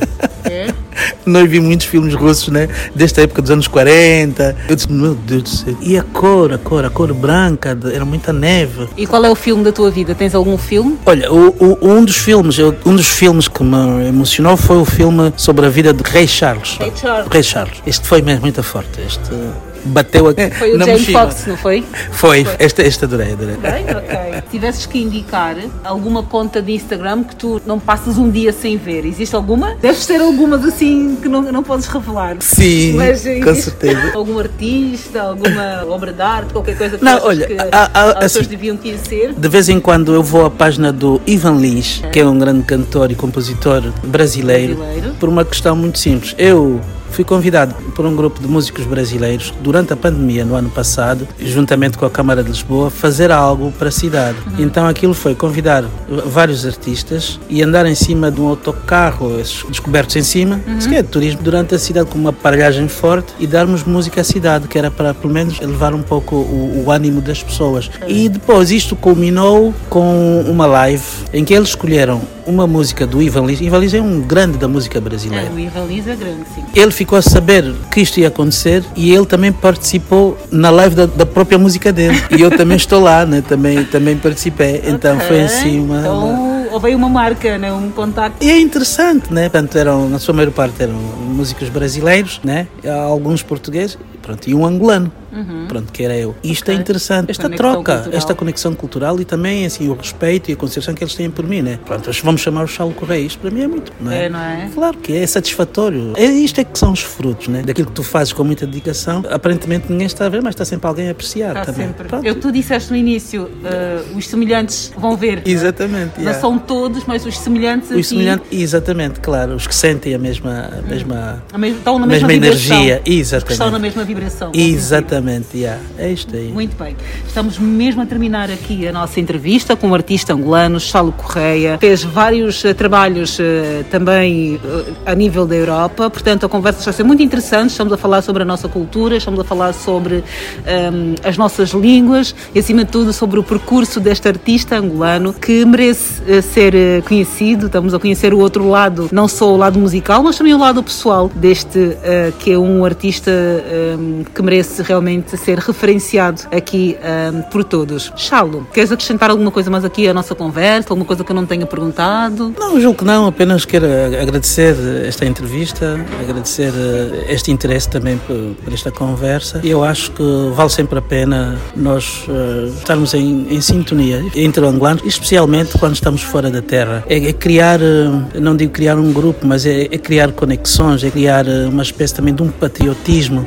[SPEAKER 3] É? Nós vimos muitos filmes russos, né? Desta época dos anos quarenta. Eu disse, meu Deus do céu. E a cor, a cor, a cor branca, era muita neve.
[SPEAKER 2] E qual é o filme da tua vida? Tens algum filme?
[SPEAKER 3] Olha, o, o, um dos filmes, um dos filmes que me emocionou foi o filme sobre a vida de Rei Charles.
[SPEAKER 2] Rei Charles.
[SPEAKER 3] Rei Charles. Este foi mesmo muito forte. Este bateu aqui.
[SPEAKER 2] Foi o James Fox, não foi?
[SPEAKER 3] Foi, foi. Este, este adorei, adorei.
[SPEAKER 2] Bem, ok. Se tivesses que indicar alguma conta de Instagram que tu não passas um dia sem ver, existe alguma? Deves ter algumas assim que não, não podes revelar.
[SPEAKER 3] Sim, mas com certeza.
[SPEAKER 2] Algum artista, alguma obra de arte, qualquer coisa que,
[SPEAKER 3] não, olha,
[SPEAKER 2] que
[SPEAKER 3] a, a,
[SPEAKER 2] as pessoas
[SPEAKER 3] assim,
[SPEAKER 2] deviam conhecer?
[SPEAKER 3] De vez em quando eu vou à página do Ivan Lins, é. que é um grande cantor e compositor brasileiro, brasileiro, por uma questão muito simples. Eu fui convidado por um grupo de músicos brasileiros durante a pandemia no ano passado, juntamente com a Câmara de Lisboa, fazer algo para a cidade. Uhum. Então aquilo foi convidar vários artistas e andar em cima de um autocarro, descobertos em cima, uhum. que é de turismo, durante a cidade com uma aparelhagem forte e darmos música à cidade, que era para pelo menos elevar um pouco o, o ânimo das pessoas. Uhum. E depois isto culminou com uma live em que eles escolheram uma música do Ivan Lins. Ivan Lins é um grande da música brasileira.
[SPEAKER 2] É, o Ivan Lins é grande, sim.
[SPEAKER 3] Ele ficou a saber que isto ia acontecer e ele também participou na live da, da própria música dele. E eu também estou lá, né? também, também participei. Okay. Então foi assim uma...
[SPEAKER 2] Então... Houve uma marca, né? Um contacto.
[SPEAKER 3] E é interessante, né? Portanto, eram, na sua maior parte eram músicos brasileiros, né? Alguns portugueses, pronto, e um angolano. Uhum. Pronto, que era eu. E isto okay. é interessante, esta conexão troca, cultural. esta conexão cultural e também assim, o respeito e a consideração que eles têm por mim, né? Pronto, vamos chamar o Charles Correia, isto para mim é muito, não é?
[SPEAKER 2] É, não é?
[SPEAKER 3] Claro que é satisfatório. É, isto é que são os frutos, né? Daquilo que tu fazes com muita dedicação. Aparentemente ninguém está a ver, mas está sempre alguém a apreciar está também. Sempre.
[SPEAKER 2] Eu, tu disseste no início, uh, os semelhantes vão ver.
[SPEAKER 3] Exatamente.
[SPEAKER 2] Não,
[SPEAKER 3] yeah.
[SPEAKER 2] não são todos, mas os semelhantes
[SPEAKER 3] os
[SPEAKER 2] assim...
[SPEAKER 3] semelhantes, exatamente, claro. Os que sentem a mesma, a mesma,
[SPEAKER 2] a mesma, estão na mesma,
[SPEAKER 3] mesma
[SPEAKER 2] vibração,
[SPEAKER 3] energia. Exatamente.
[SPEAKER 2] Os que estão na mesma vibração.
[SPEAKER 3] Exatamente, yeah. É isto aí.
[SPEAKER 2] Muito bem. Estamos mesmo a terminar aqui a nossa entrevista com o artista angolano Charles Correia. Fez vários uh, trabalhos uh, também uh, a nível da Europa, portanto a conversa está a ser muito interessante. Estamos a falar sobre a nossa cultura, estamos a falar sobre um, as nossas línguas e acima de tudo sobre o percurso deste artista angolano que merece uh, ser uh, conhecido. Estamos a conhecer o outro lado, não só o lado musical, mas também o lado pessoal deste uh, que é um artista um, que merece realmente ser referenciado aqui um, por todos. Charles, queres acrescentar alguma coisa mais aqui à nossa conversa? Alguma coisa que eu não tenha perguntado?
[SPEAKER 3] Não, julgo que não. Apenas quero agradecer esta entrevista, agradecer este interesse também por, por esta conversa. Eu acho que vale sempre a pena nós uh, estarmos em, em sintonia entre angolanos, especialmente quando estamos fora da terra. É, é criar, uh, não digo criar um grupo, mas é, é criar conexões, é criar uh, uma espécie também de um patriotismo para valorizar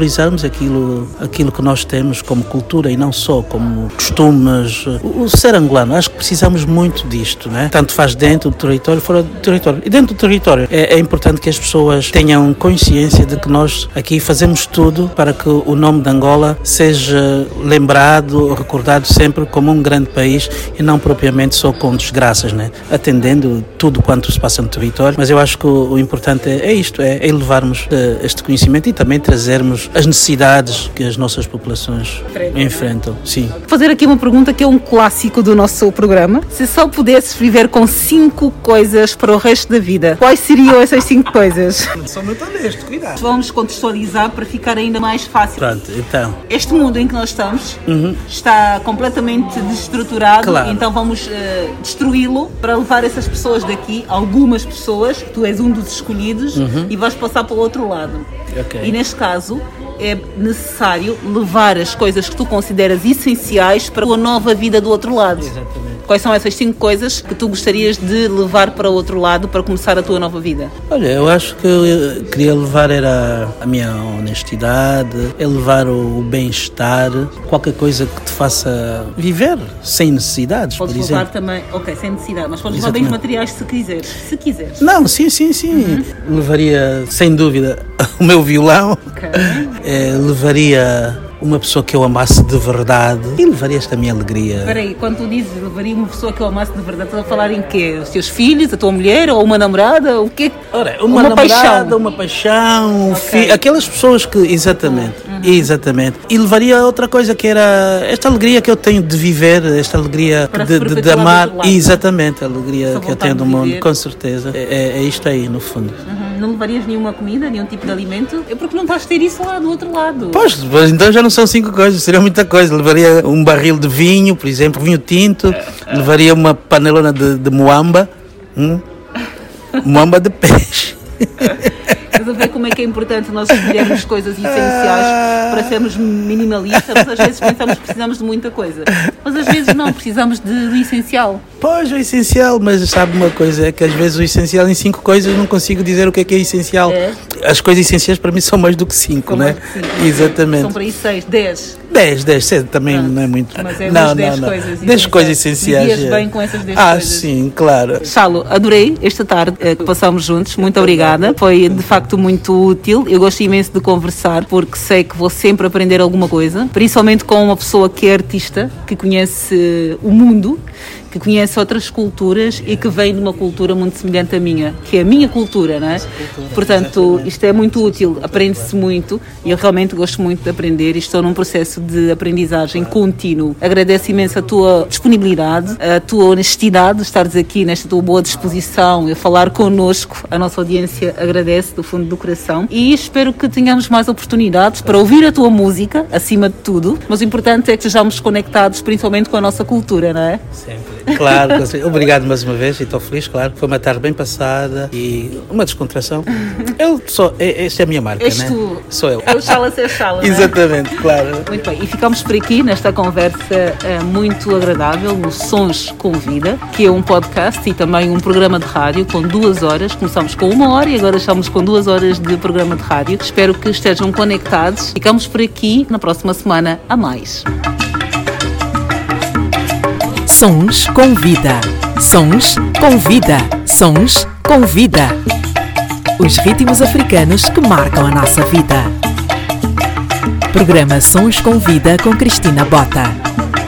[SPEAKER 3] valorizarmos aquilo, aquilo que nós temos como cultura e não só como costumes. O, o ser angolano, acho que precisamos muito disto, né? Tanto faz dentro do território, fora do território. E dentro do território é, é importante que as pessoas tenham consciência de que nós aqui fazemos tudo para que o nome de Angola seja lembrado, recordado sempre como um grande país e não propriamente só com desgraças, né? Atendendo tudo quanto se passa no território. Mas eu acho que o, o importante é, é isto, é, é elevarmos uh, este conhecimento e também trazermos as necessidades que as nossas populações Enfrenta, enfrentam. Né? Sim.
[SPEAKER 2] Vou fazer aqui uma pergunta que é um clássico do nosso programa. Se só pudesses viver com cinco coisas para o resto da vida, quais seriam essas cinco coisas?
[SPEAKER 3] Sou muito honesto, cuidado.
[SPEAKER 2] Vamos contextualizar para ficar ainda mais fácil.
[SPEAKER 3] Pronto, então.
[SPEAKER 2] Este mundo em que nós estamos uhum. está completamente desestruturado, claro. Então vamos uh, destruí-lo para levar essas pessoas daqui, algumas pessoas, tu és um dos escolhidos, uhum. e vais passar para o outro lado. Okay. E neste caso é necessário levar as coisas que tu consideras essenciais para a nova vida do outro lado. Exatamente. Quais são essas cinco coisas que tu gostarias de levar para o outro lado para começar a tua nova vida?
[SPEAKER 3] Olha, eu acho que eu queria levar era a minha honestidade, é levar o bem-estar, qualquer coisa que te faça viver sem necessidades,
[SPEAKER 2] podes
[SPEAKER 3] por exemplo.
[SPEAKER 2] Podes levar também, ok, sem necessidade, mas podes levar bens materiais se quiseres, se quiseres.
[SPEAKER 3] Não, sim, sim, sim. Uhum. Levaria, sem dúvida, o meu violão, okay. é, levaria uma pessoa que eu amasse de verdade e levaria esta minha alegria.
[SPEAKER 2] Espera aí, quando tu dizes levaria uma pessoa que eu amasse de verdade, estás a falar em quê? Os teus filhos, a tua mulher ou uma namorada? O quê?
[SPEAKER 3] Ora, uma, uma namorada, paixão. uma paixão, okay. fi... aquelas pessoas que... Exatamente, uhum. exatamente. E levaria outra coisa que era esta alegria que eu tenho de viver, esta alegria de, de, de amar. Exatamente, a alegria Essa que eu tenho do mundo, com certeza. É, é isto aí, no fundo.
[SPEAKER 2] Uhum. Não levarias nenhuma comida, nenhum tipo de alimento? É porque não estás a ter isso lá do outro lado.
[SPEAKER 3] Pois, pois então já não são cinco coisas, seria muita coisa. Levaria um barril de vinho, por exemplo, vinho tinto, levaria uma panelona de, de moamba, hum? moamba de peixe.
[SPEAKER 2] Estás a ver como é que é importante nós escolhermos coisas essenciais para sermos minimalistas, mas às vezes pensamos que precisamos de muita coisa. Mas às vezes não, precisamos de, do essencial.
[SPEAKER 3] Pois, o essencial, mas sabe uma coisa, é que às vezes o essencial em cinco coisas não consigo dizer o que é que é essencial. É. As coisas essenciais para mim são mais do que cinco, não é? Exatamente.
[SPEAKER 2] São para aí seis, dez.
[SPEAKER 3] dez, dez, também Pronto. Não é muito.
[SPEAKER 2] Mas é não, dez não, coisas.
[SPEAKER 3] dez coisas essenciais.
[SPEAKER 2] Vivias bem com essas dez
[SPEAKER 3] ah,
[SPEAKER 2] coisas.
[SPEAKER 3] Ah, sim, claro.
[SPEAKER 2] Chalo, adorei esta tarde que passamos juntos, muito obrigada. Foi de facto muito útil. Eu gosto imenso de conversar porque sei que vou sempre aprender alguma coisa, principalmente com uma pessoa que é artista, que conhece o mundo, que conhece outras culturas e que vem de uma cultura muito semelhante à minha, que é a minha cultura, não é? Portanto, isto é muito útil, aprende-se muito e eu realmente gosto muito de aprender e estou num processo de aprendizagem contínuo. Agradeço imenso a tua disponibilidade, a tua honestidade de estares aqui nesta tua boa disposição e a falar connosco. A nossa audiência agradece do fundo do coração e espero que tenhamos mais oportunidades para ouvir a tua música, acima de tudo, mas o importante é que estejamos conectados principalmente com a nossa cultura, não é?
[SPEAKER 3] Sempre. Claro, obrigado mais uma vez e estou feliz, claro. Foi uma tarde bem passada e uma descontração. Eu sou, esta é a minha marca,
[SPEAKER 2] És
[SPEAKER 3] né?
[SPEAKER 2] tu.
[SPEAKER 3] Sou eu.
[SPEAKER 2] É o Chala ser Chala.
[SPEAKER 3] Exatamente, claro.
[SPEAKER 2] Muito bem, e ficamos por aqui nesta conversa uh, muito agradável no Sons com Vida, que é um podcast e também um programa de rádio com duas horas. Começamos com uma hora e agora estamos com duas horas de programa de rádio. Espero que estejam conectados. Ficamos por aqui na próxima semana a mais.
[SPEAKER 1] Sons com Vida. Sons com Vida. Sons com Vida. Os ritmos africanos que marcam a nossa vida. Programa Sons com Vida com Cristina Bota.